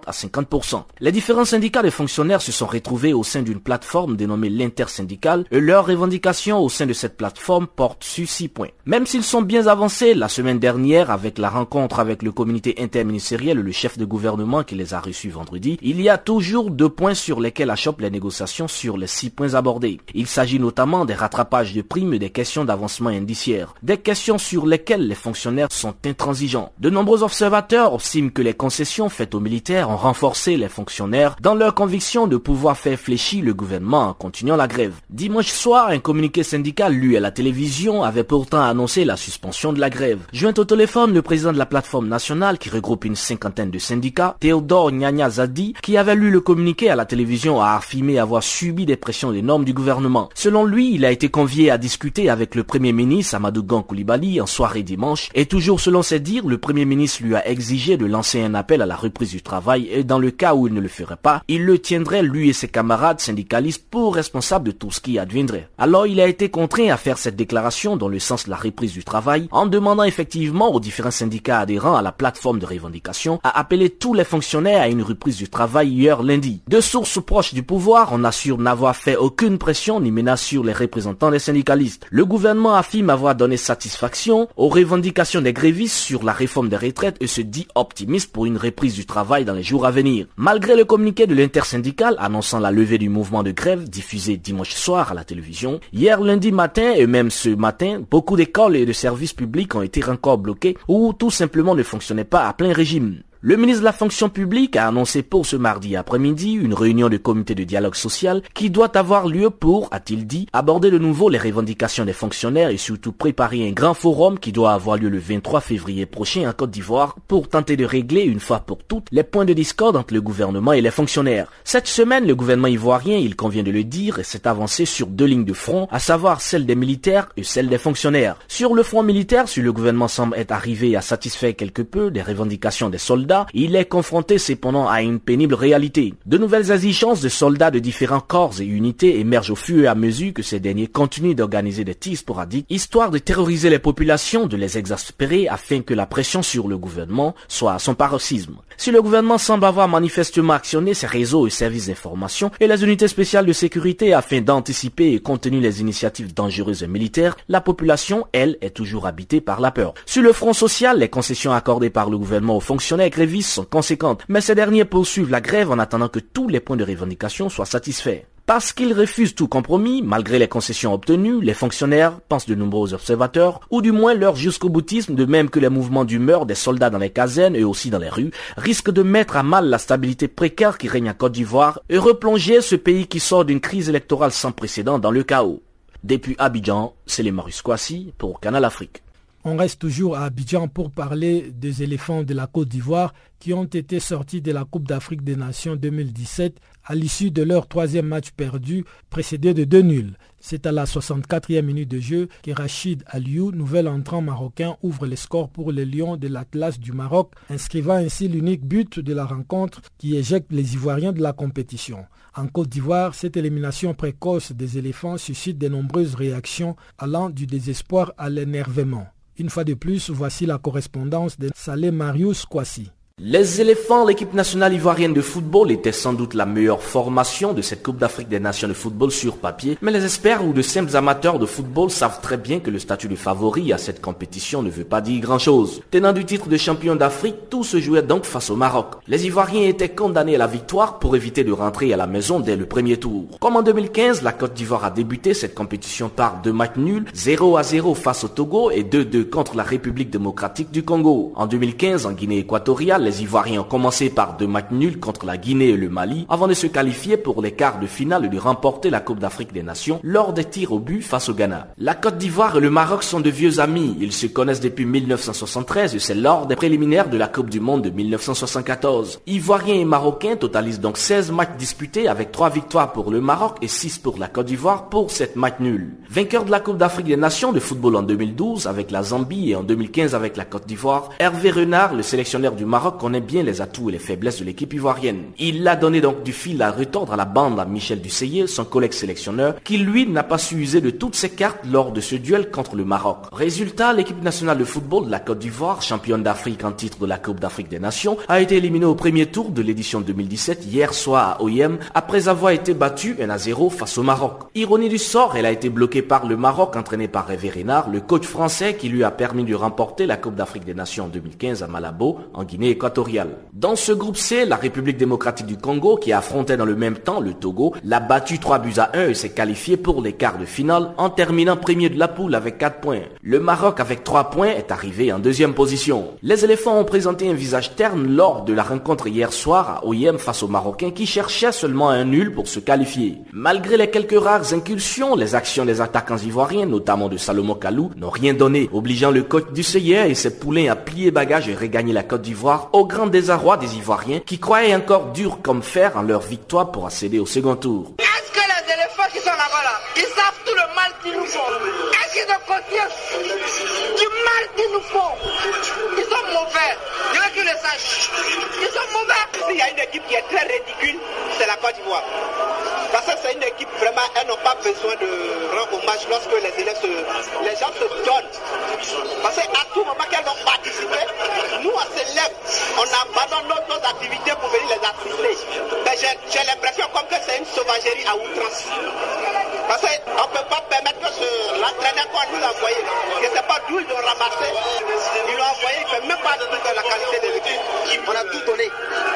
à cinquante pour cent. Les différents syndicats des fonctionnaires se sont retrouvés au sein d'une plateforme dénommée l'intersyndicale et leurs revendications au sein de cette plateforme portent sur six points. Même s'ils sont bien avancés, la semaine dernière, avec la rencontre avec le comité interministériel et le chef de gouvernement qui les a reçus vendredi, il y a toujours deux points sur lesquels achoppent les négociations sur les six points abordés. Il s'agit notamment des rattrapages de primes et des questions d'avancement indiciaire, des questions sur lesquelles les fonctionnaires sont intransigeants. De nombreux observateurs estiment que les concessions faites aux militaires ont renforcé les fonctionnaires dans leur conviction de pouvoir faire fléchir le gouvernement en continuant la grève. Dimanche soir, un communiqué syndical lu à la télévision avait pourtant annoncé la suspension de la grève. Joint au téléphone, le président de la plateforme nationale qui regroupe une cinquantaine de syndicats, Théodore Nyanya Zadi, qui avait lu le communiqué à la télévision, a affirmé avoir subi des pressions énormes du gouvernement. Selon lui, il a été convié à discuter avec le premier ministre Amadou Gan Coulibaly en soirée dimanche et toujours selon ses dires, le premier ministre lui a exigé de lancer un appel à la reprise du travail et dans le cas où il ne le ferait pas, il le tiendrait lui et ses camarades syndicalistes pour responsables de tout ce qui adviendrait. Alors il a été contraint à faire cette déclaration dans le sens de la reprise du travail en demandant effectivement aux différents syndicats adhérents à la plateforme de revendication à appeler tous les fonctionnaires à une reprise du travail hier lundi. De sources proches du pouvoir, on assure n'avoir fait aucune pression ni menace sur les représentants des syndicalistes. Le gouvernement affirme avoir donné satisfaction aux revendications des grévistes sur la réforme des retraites et se dit optimiste pour une reprise du travail dans les jours à venir. Malgré le communiqué de l'intersyndicale annonçant la levée du mouvement de grève diffusé dimanche soir à la télévision, hier lundi matin et même ce matin, beaucoup d'écoles et de services publics ont été encore bloqués ou tout simplement ne fonctionnaient pas à plein régime. Le ministre de la fonction publique a annoncé pour ce mardi après-midi une réunion de comité de dialogue social qui doit avoir lieu pour, a-t-il dit, aborder de nouveau les revendications des fonctionnaires et surtout préparer un grand forum qui doit avoir lieu le vingt-trois février prochain en Côte d'Ivoire pour tenter de régler une fois pour toutes les points de discorde entre le gouvernement et les fonctionnaires. Cette semaine, le gouvernement ivoirien, il convient de le dire, s'est avancé sur deux lignes de front, à savoir celle des militaires et celle des fonctionnaires. Sur le front militaire, si le gouvernement semble être arrivé à satisfaire quelque peu des revendications des soldats, il est confronté cependant à une pénible réalité. De nouvelles exigences de soldats de différents corps et unités émergent au fur et à mesure que ces derniers continuent d'organiser des tirs sporadiques, histoire de terroriser les populations, de les exaspérer afin que la pression sur le gouvernement soit à son paroxysme. Si le gouvernement semble avoir manifestement actionné ses réseaux et services d'information et les unités spéciales de sécurité afin d'anticiper et contenir les initiatives dangereuses et militaires, la population, elle, est toujours habitée par la peur. Sur le front social, les concessions accordées par le gouvernement aux fonctionnaires grévistes sont conséquentes, mais ces derniers poursuivent la grève en attendant que tous les points de revendication soient satisfaits. Parce qu'ils refusent tout compromis, malgré les concessions obtenues, les fonctionnaires, pensent de nombreux observateurs, ou du moins leur jusqu'au boutisme, de même que les mouvements d'humeur des soldats dans les casernes et aussi dans les rues, risquent de mettre à mal la stabilité précaire qui règne en Côte d'Ivoire et replonger ce pays qui sort d'une crise électorale sans précédent dans le chaos. Depuis Abidjan, c'est les Marius Kouassi pour Canal Afrique. On reste toujours à Abidjan pour parler des éléphants de la Côte d'Ivoire qui ont été sortis de la Coupe d'Afrique des Nations deux mille dix-sept à l'issue de leur troisième match perdu, précédé de deux nuls. C'est à la soixante-quatrième minute de jeu que Rachid Aliou, nouvel entrant marocain, ouvre les scores pour les Lions de l'Atlas du Maroc, inscrivant ainsi l'unique but de la rencontre qui éjecte les Ivoiriens de la compétition. En Côte d'Ivoire, cette élimination précoce des éléphants suscite de nombreuses réactions allant du désespoir à l'énervement. Une fois de plus, voici la correspondance de Saleh Marius Kouassi. Les éléphants, l'équipe nationale ivoirienne de football, était sans doute la meilleure formation de cette Coupe d'Afrique des Nations de football sur papier, mais les experts ou de simples amateurs de football savent très bien que le statut de favori à cette compétition ne veut pas dire grand-chose. Tenant du titre de champion d'Afrique, tout se jouait donc face au Maroc. Les Ivoiriens étaient condamnés à la victoire pour éviter de rentrer à la maison dès le premier tour. Comme en deux mille quinze, la Côte d'Ivoire a débuté cette compétition par deux matchs nuls, zéro à zéro face au Togo et deux deux contre la République démocratique du Congo. En deux mille quinze, en Guinée équatoriale, les Ivoiriens ont commencé par deux matchs nuls contre la Guinée et le Mali avant de se qualifier pour les quarts de finale et de remporter la Coupe d'Afrique des Nations lors des tirs au but face au Ghana. La Côte d'Ivoire et le Maroc sont de vieux amis. Ils se connaissent depuis mille neuf cent soixante-treize et c'est lors des préliminaires de la Coupe du Monde de mille neuf cent soixante-quatorze. Ivoiriens et Marocains totalisent donc seize matchs disputés avec trois victoires pour le Maroc et six pour la Côte d'Ivoire pour sept matchs nuls. Vainqueur de la Coupe d'Afrique des Nations de football en deux mille douze avec la Zambie et en deux mille quinze avec la Côte d'Ivoire, Hervé Renard, le sélectionneur du Maroc, Maroc connaît bien les atouts et les faiblesses de l'équipe ivoirienne. Il a donné donc du fil à retordre à la bande à Michel Duceyer, son collègue sélectionneur, qui lui n'a pas su user de toutes ses cartes lors de ce duel contre le Maroc. Résultat, l'équipe nationale de football de la Côte d'Ivoire, championne d'Afrique en titre de la Coupe d'Afrique des Nations, a été éliminée au premier tour de l'édition deux mille dix-sept hier soir à O I M après avoir été battue un à zéro face au Maroc. Ironie du sort, elle a été bloquée par le Maroc entraîné par Hervé Renard, le coach français qui lui a permis de remporter la Coupe d'Afrique des Nations en deux mille quinze à Malabo, en Guinée équatoriale. Dans ce groupe C, la République démocratique du Congo, qui affrontait dans le même temps le Togo, l'a battu trois buts à un et s'est qualifié pour les quarts de finale en terminant premier de la poule avec quatre points. Le Maroc avec trois points est arrivé en deuxième position. Les éléphants ont présenté un visage terne lors de la rencontre hier soir à O I M face aux Marocains qui cherchaient seulement un nul pour se qualifier. Malgré les quelques rares incursions, les actions des attaquants ivoiriens, notamment de Salomon Kalou, n'ont rien donné, obligeant le coach Duceyer et ses poulains à plier bagages et regagner la Côte d'Ivoire au grand désarroi des Ivoiriens qui croyaient encore dur comme fer en leur victoire pour accéder au second tour. Est-ce que les éléphants qui sont là-bas, là, ils savent tout le mal qu'ils nous font? Est-ce qu'ils ont conscience du mal qu'ils nous font? Ils sont mauvais. Je veux qu'ils le sachent. Ils sont mauvais. Il y a une équipe qui est très ridicule, c'est la Côte d'Ivoire. Parce que c'est une équipe vraiment, elles n'ont pas besoin de rendre hommage lorsque les élèves se, les gens se donnent. Parce qu'à tout moment qu'elles ont participé, nous on se lève, on abandonne nos, nos activités pour venir les assister. Mais j'ai, j'ai l'impression comme que c'est une sauvagerie à outrance. Parce qu'on ne peut pas permettre que ce, l'entraîneur qu'on nous a envoyé, que ce n'est pas d'où ils l'ont ramassé, ils l'ont envoyé, il ne fait même pas de la qualité de l'équipe. On a tout donné.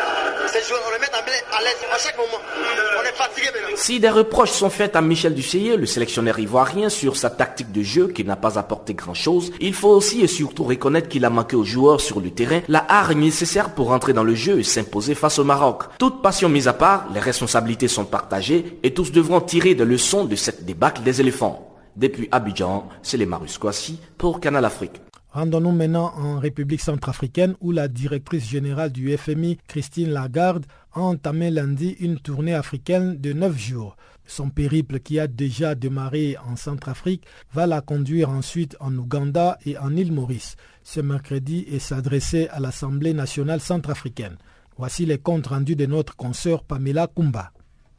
Ces joueurs, on les met à l'aise à chaque moment. On est fatigué maintenant. Si des reproches sont faits à Michel Duceyer, le sélectionneur ivoirien, sur sa tactique de jeu qui n'a pas apporté grand-chose, il faut aussi et surtout reconnaître qu'il a manqué aux joueurs sur le terrain la hargne nécessaire pour entrer dans le jeu et s'imposer face au Maroc. Toute passion mise à part, les responsabilités sont partagées et tous devront tirer des leçons de cette débâcle des éléphants. Depuis Abidjan, c'est les Marus Kouassi pour Canal Afrique. Rendons-nous maintenant en République centrafricaine où la directrice générale du F M I, Christine Lagarde, a entamé lundi une tournée africaine de neuf jours. Son périple qui a déjà démarré en Centrafrique va la conduire ensuite en Ouganda et en île Maurice ce mercredi et s'adresser à l'Assemblée nationale centrafricaine. Voici les comptes rendus de notre consoeur Pamela Kumba.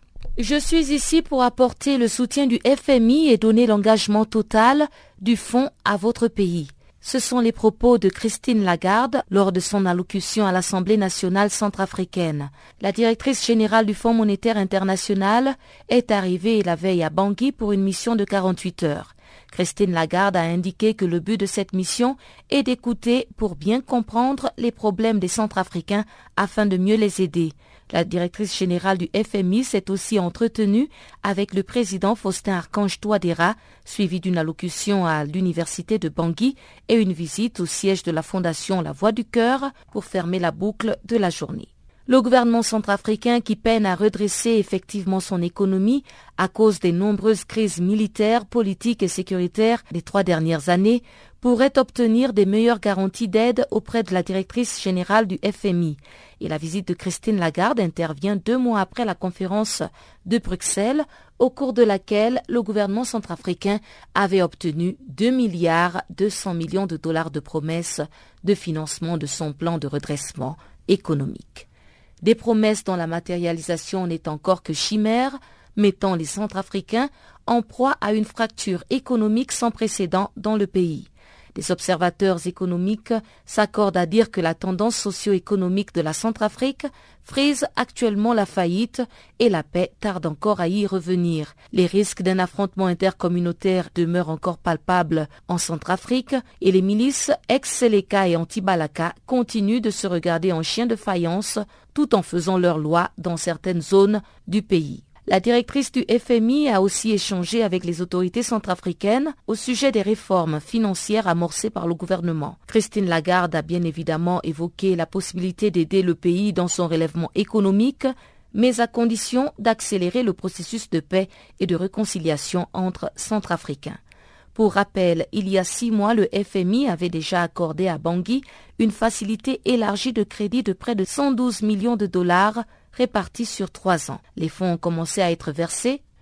Je suis ici pour apporter le soutien du F M I et donner l'engagement total du fonds à votre pays. Ce sont les propos de Christine Lagarde lors de son allocution à l'Assemblée nationale centrafricaine. La directrice générale du Fonds monétaire international est arrivée la veille à Bangui pour une mission de quarante-huit heures. Christine Lagarde a indiqué que le but de cette mission est d'écouter pour bien comprendre les problèmes des Centrafricains afin de mieux les aider. La directrice générale du F M I s'est aussi entretenue avec le président Faustin Archange Touadéra, suivi d'une allocution à l'université de Bangui et une visite au siège de la fondation La Voix du Cœur pour fermer la boucle de la journée. Le gouvernement centrafricain, qui peine à redresser effectivement son économie à cause des nombreuses crises militaires, politiques et sécuritaires des trois dernières années, pourrait obtenir des meilleures garanties d'aide auprès de la directrice générale du F M I. Et la visite de Christine Lagarde intervient deux mois après la conférence de Bruxelles, au cours de laquelle le gouvernement centrafricain avait obtenu deux milliards deux cents millions de dollars de promesses de financement de son plan de redressement économique. Des promesses dont la matérialisation n'est encore que chimère, mettant les Centrafricains en proie à une fracture économique sans précédent dans le pays. Des observateurs économiques s'accordent à dire que la tendance socio-économique de la Centrafrique frise actuellement la faillite et la paix tarde encore à y revenir. Les risques d'un affrontement intercommunautaire demeurent encore palpables en Centrafrique et les milices ex-Seleka et anti-Balaka continuent de se regarder en chiens de faïence tout en faisant leurs lois dans certaines zones du pays. La directrice du F M I a aussi échangé avec les autorités centrafricaines au sujet des réformes financières amorcées par le gouvernement. Christine Lagarde a bien évidemment évoqué la possibilité d'aider le pays dans son relèvement économique, mais à condition d'accélérer le processus de paix et de réconciliation entre Centrafricains. Pour rappel, il y a six mois, le F M I avait déjà accordé à Bangui une facilité élargie de crédit de près de cent douze millions de dollars répartis sur trois ans. Les fonds ont commencé à être versés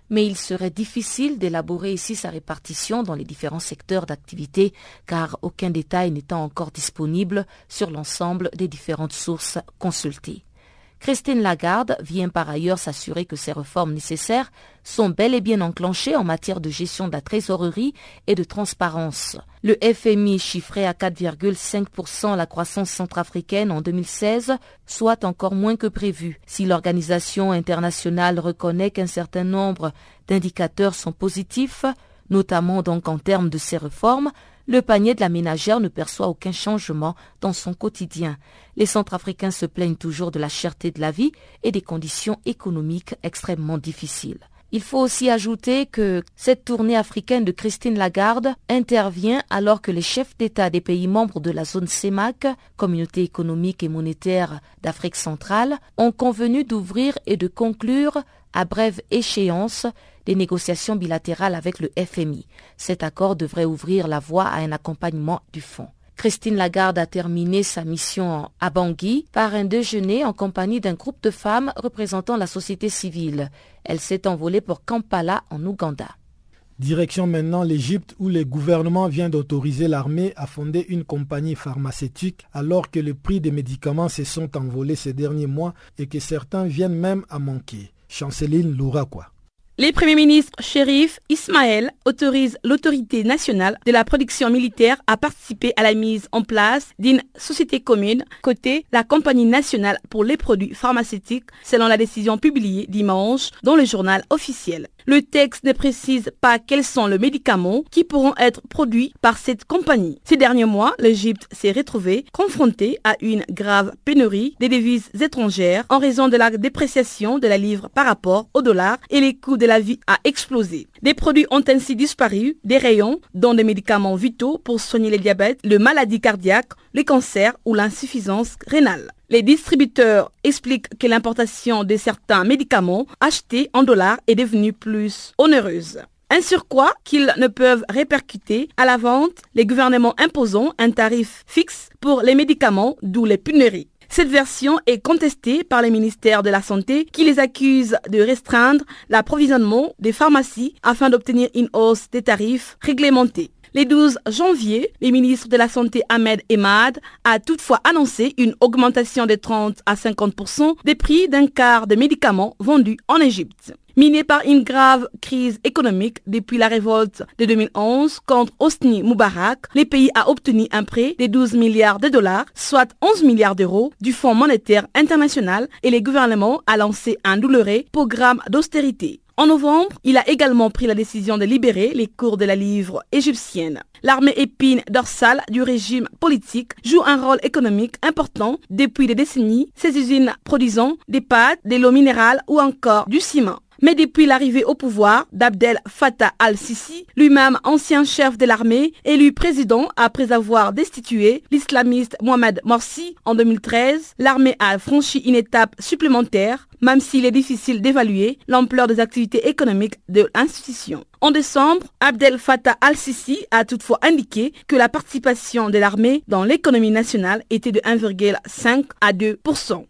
mais il serait difficile d'élaborer ici sa répartition dans les différents secteurs d'activité car aucun détail n'étant encore disponible sur l'ensemble des différentes sources consultées. Christine Lagarde vient par ailleurs s'assurer que ces réformes nécessaires sont bel et bien enclenchées en matière de gestion de la trésorerie et de transparence. Le F M I chiffrait à quatre virgule cinq pour cent la croissance centrafricaine en deux mille seize, soit encore moins que prévu. Si l'organisation internationale reconnaît qu'un certain nombre d'indicateurs sont positifs, notamment donc en termes de ces réformes, le panier de la ménagère ne perçoit aucun changement dans son quotidien. Les Centrafricains se plaignent toujours de la cherté de la vie et des conditions économiques extrêmement difficiles. Il faut aussi ajouter que cette tournée africaine de Christine Lagarde intervient alors que les chefs d'État des pays membres de la zone C E M A C, Communauté économique et monétaire d'Afrique centrale, ont convenu d'ouvrir et de conclure à brève échéance des négociations bilatérales avec le F M I. Cet accord devrait ouvrir la voie à un accompagnement du fonds. Christine Lagarde a terminé sa mission à Bangui par un déjeuner en compagnie d'un groupe de femmes représentant la société civile. Elle s'est envolée pour Kampala en Ouganda. Direction maintenant l'Égypte où le gouvernement vient d'autoriser l'armée à fonder une compagnie pharmaceutique alors que les prix des médicaments se sont envolés ces derniers mois et que certains viennent même à manquer. Chanceline Louraquois. Les premiers ministres Chérif Ismaël autorisent l'autorité nationale de la production militaire à participer à la mise en place d'une société commune côté la Compagnie nationale pour les produits pharmaceutiques selon la décision publiée dimanche dans le journal officiel. Le texte ne précise pas quels sont les médicaments qui pourront être produits par cette compagnie. Ces derniers mois, l'Égypte s'est retrouvée confrontée à une grave pénurie des devises étrangères en raison de la dépréciation de la livre par rapport au dollar et les coûts de la vie a explosé. Des produits ont ainsi disparu des rayons, dont des médicaments vitaux pour soigner le diabète, les maladies cardiaques, les cancers ou l'insuffisance rénale. Les distributeurs expliquent que l'importation de certains médicaments achetés en dollars est devenue plus onéreuse. Un surcroît qu'ils ne peuvent répercuter à la vente, les gouvernements imposant un tarif fixe pour les médicaments, d'où les pénuries. Cette version est contestée par les ministères de la Santé qui les accusent de restreindre l'approvisionnement des pharmacies afin d'obtenir une hausse des tarifs réglementés. Le douze janvier, le ministre de la Santé Ahmed Emad a toutefois annoncé une augmentation de trente à cinquante pour cent des prix d'un quart de médicaments vendus en Égypte. Miné par une grave crise économique depuis la révolte de deux mille onze contre Hosni Moubarak, le pays a obtenu un prêt de douze milliards de dollars, soit onze milliards d'euros, du Fonds monétaire international et le gouvernement a lancé un douloureux programme d'austérité. En novembre, il a également pris la décision de libérer les cours de la livre égyptienne. L'armée épine dorsale du régime politique joue un rôle économique important depuis des décennies, ces usines produisant des pâtes, de l'eau minérale ou encore du ciment. Mais depuis l'arrivée au pouvoir d'Abdel Fattah al-Sisi, lui-même ancien chef de l'armée, élu président après avoir destitué l'islamiste Mohamed Morsi en deux mille treize, l'armée a franchi une étape supplémentaire, même s'il est difficile d'évaluer l'ampleur des activités économiques de l'institution. En décembre, Abdel Fattah al-Sisi a toutefois indiqué que la participation de l'armée dans l'économie nationale était de un virgule cinq à deux pour cent.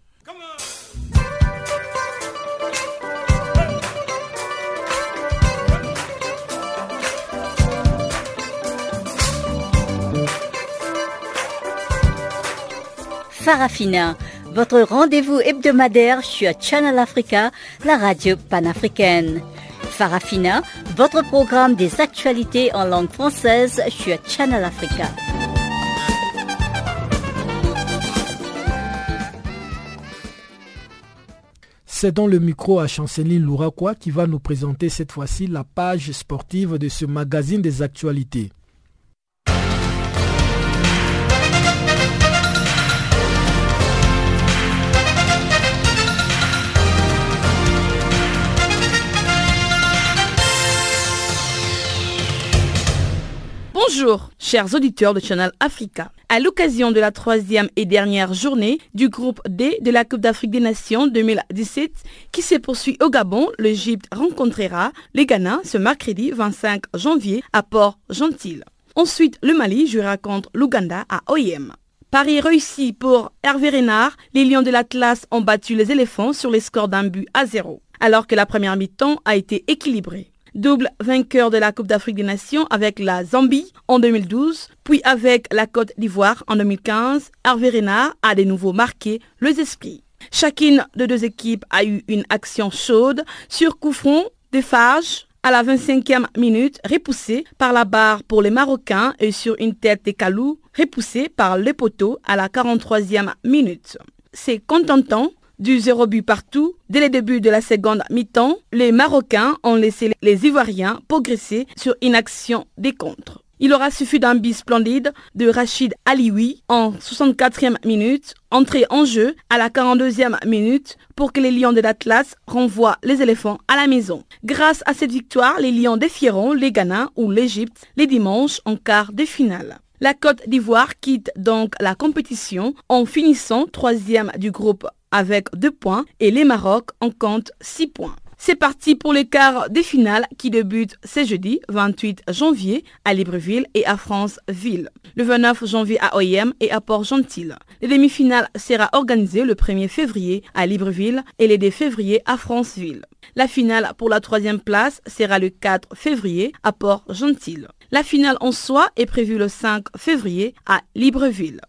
Farafina, votre rendez-vous hebdomadaire sur Channel Africa, la radio panafricaine. Farafina, votre programme des actualités en langue française sur Channel Africa. Cédons le micro à Chanceline Louraquois qui va nous présenter cette fois-ci la page sportive de ce magazine des actualités. Bonjour, chers auditeurs de Channel Africa. À l'occasion de la troisième et dernière journée du groupe D de la Coupe d'Afrique des Nations deux mille dix-sept qui se poursuit au Gabon, l'Égypte rencontrera le Ghana ce mercredi vingt-cinq janvier à Port-Gentil. Ensuite, le Mali jouera contre l'Ouganda à O I M. Pari réussi pour Hervé Renard, les Lions de l'Atlas ont battu les éléphants sur les scores d'un but à zéro. alors que la première mi-temps a été équilibrée. Double vainqueur de la Coupe d'Afrique des Nations avec la Zambie en deux mille douze, puis avec la Côte d'Ivoire en deux mille quinze, Hervé Renard a de nouveau marqué les esprits. Chacune des deux équipes a eu une action chaude sur coup franc de Fage à la vingt-cinquième minute, repoussé par la barre pour les Marocains et sur une tête de Kalou, repoussé par le poteau à la quarante-troisième minute. C'est contentant du zéro but partout. Dès le début de la seconde mi-temps, les Marocains ont laissé les Ivoiriens progresser sur une action des contres. Il aura suffi d'un but splendide de Rachid Alioui en soixante-quatrième minute, entré en jeu à la quarante-deuxième minute pour que les Lions de l'Atlas renvoient les éléphants à la maison. Grâce à cette victoire, les Lions défieront les Ghana ou l'Égypte les dimanches en quart de finale. La Côte d'Ivoire quitte donc la compétition en finissant troisième du groupe avec deux points et les Maroc en comptent six points. C'est parti pour les quarts des finales qui débutent ce jeudi vingt-huit janvier à Libreville et à Franceville. Le vingt-neuf janvier à O I M et à Port-Gentil. Les demi-finales sera organisée le premier février à Libreville et le deux février à Franceville. La finale pour la troisième place sera le quatre février à Port-Gentil. La finale en soi est prévue le cinq février à Libreville.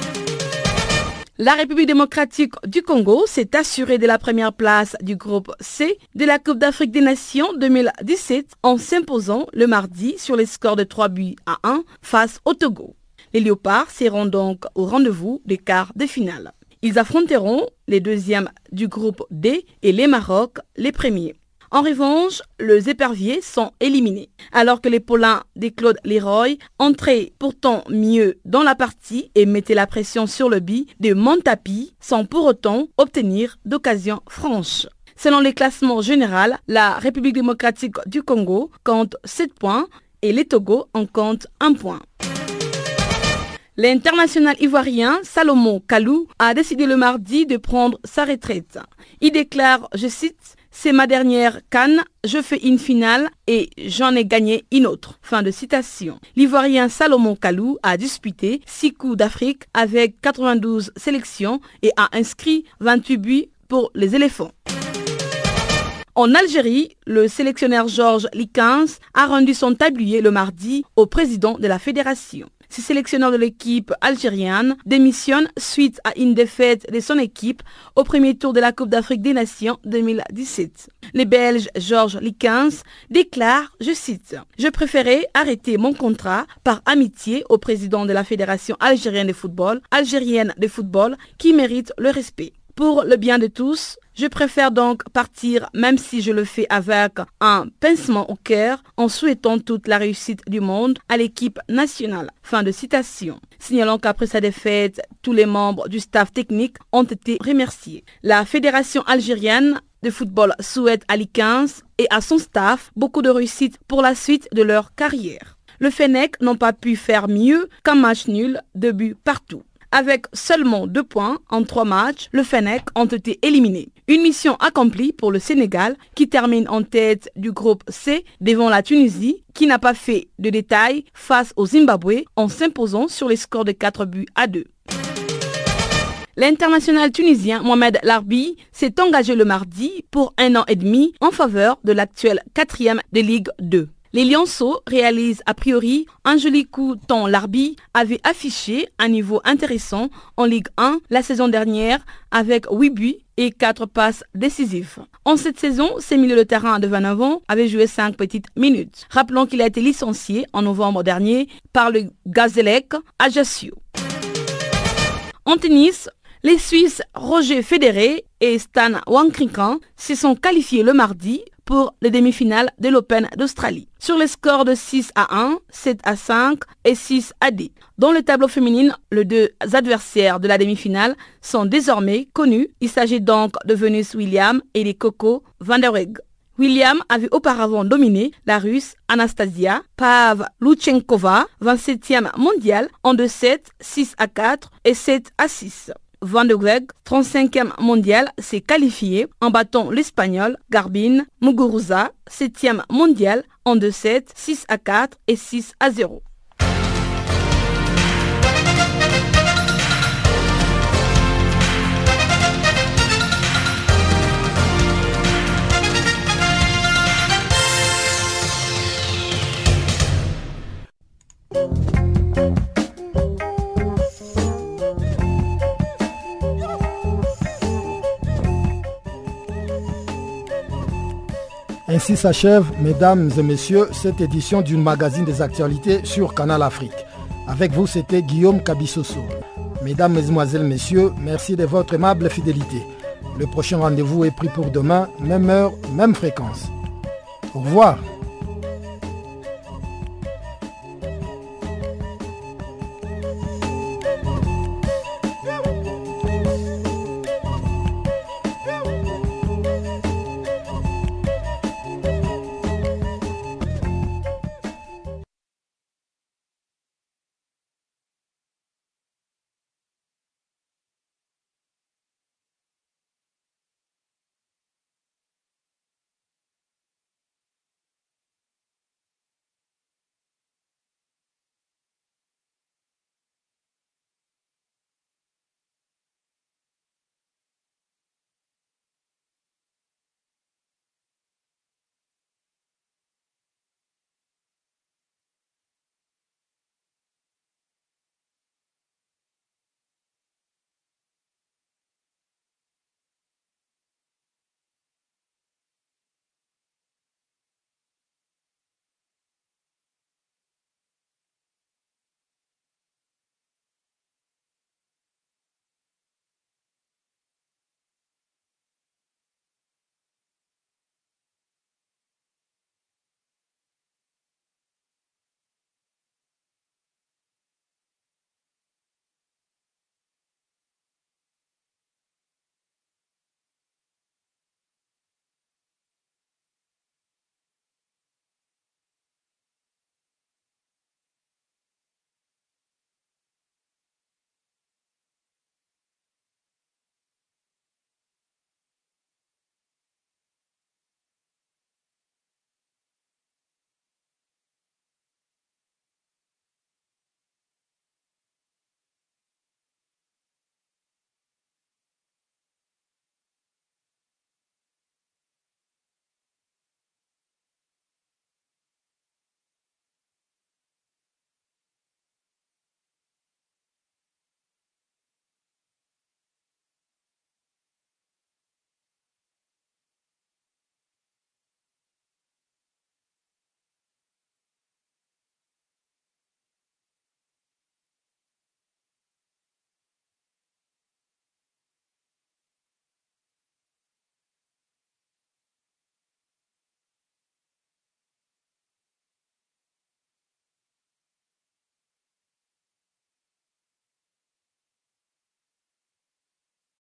La République démocratique du Congo s'est assurée de la première place du groupe C de la Coupe d'Afrique des Nations deux mille dix-sept en s'imposant le mardi sur les scores de trois buts à un face au Togo. Les Léopards seront donc au rendez-vous des quarts de finale. Ils affronteront les deuxièmes du groupe D et les Maroc les premiers. En revanche, les éperviers sont éliminés, alors que les Paulins de Claude Leroy entraient pourtant mieux dans la partie et mettaient la pression sur le but de Montapi sans pour autant obtenir d'occasion franche. Selon les classements généraux, la République démocratique du Congo compte sept points et les Togo en comptent un point. L'international ivoirien Salomon Kalou a décidé le mardi de prendre sa retraite. Il déclare, je cite, « C'est ma dernière CAN, je fais une finale et j'en ai gagné une autre. » Fin de citation. L'Ivoirien Salomon Kalou a disputé six Coupes d'Afrique avec quatre-vingt-douze sélections et a inscrit vingt-huit buts pour les éléphants. En Algérie, le sélectionneur Georges Likens a rendu son tablier le mardi au président de la fédération. Ce sélectionneur de l'équipe algérienne démissionne suite à une défaite de son équipe au premier tour de la Coupe d'Afrique des Nations deux mille dix-sept. Le Belge Georges Likens déclare, je cite, « Je préférais arrêter mon contrat par amitié au président de la Fédération algérienne de football, algérienne de football, qui mérite le respect. Pour le bien de tous, je préfère donc partir même si je le fais avec un pincement au cœur en souhaitant toute la réussite du monde à l'équipe nationale. » Fin de citation. Signalons qu'après sa défaite, tous les membres du staff technique ont été remerciés. La Fédération algérienne de football souhaite à Likens et à son staff beaucoup de réussite pour la suite de leur carrière. Le Fennec n'ont pas pu faire mieux qu'un match nul, deux buts partout. Avec seulement deux points en trois matchs, le Fennec ont été éliminés. Une mission accomplie pour le Sénégal qui termine en tête du groupe C devant la Tunisie qui n'a pas fait de détails face au Zimbabwe en s'imposant sur les scores de quatre buts à deux. L'international tunisien Mohamed Larbi s'est engagé le mardi pour un an et demi en faveur de l'actuel quatrième de Ligue deux. Les Lionceaux réalisent a priori un joli coup tant Larbi avait affiché un niveau intéressant en Ligue un la saison dernière avec huit buts et quatre passes décisives. En cette saison, ce milieu de terrain de vingt-neuf ans avait joué cinq petites minutes. Rappelons qu'il a été licencié en novembre dernier par le Gazélec Ajaccio. En tennis, les Suisses Roger Federer et Stan Wawrinka se sont qualifiés le mardi pour les demi-finales de l'Open d'Australie. Sur les scores de six à un, sept à cinq et six à dix. Dans le tableau féminin, les deux adversaires de la demi-finale sont désormais connus. Il s'agit donc de Venus Williams et de Coco Vandeweghe. Williams avait auparavant dominé la Russe Anastasia Pavlyuchenkova, vingt-septième mondiale, en deux sept, six à quatre et sept à six. Vandeweghe, trente-cinquième mondial, s'est qualifié en battant l'Espagnol Garbine Muguruza, septième mondial, en deux sept, six à quatre et six à zéro. Ainsi s'achève, mesdames et messieurs, cette édition du magazine des actualités sur Canal Afrique. Avec vous, c'était Guillaume Kabissoso. Mesdames, Mesdemoiselles, Messieurs, merci de votre aimable fidélité. Le prochain rendez-vous est pris pour demain, même heure, même fréquence. Au revoir.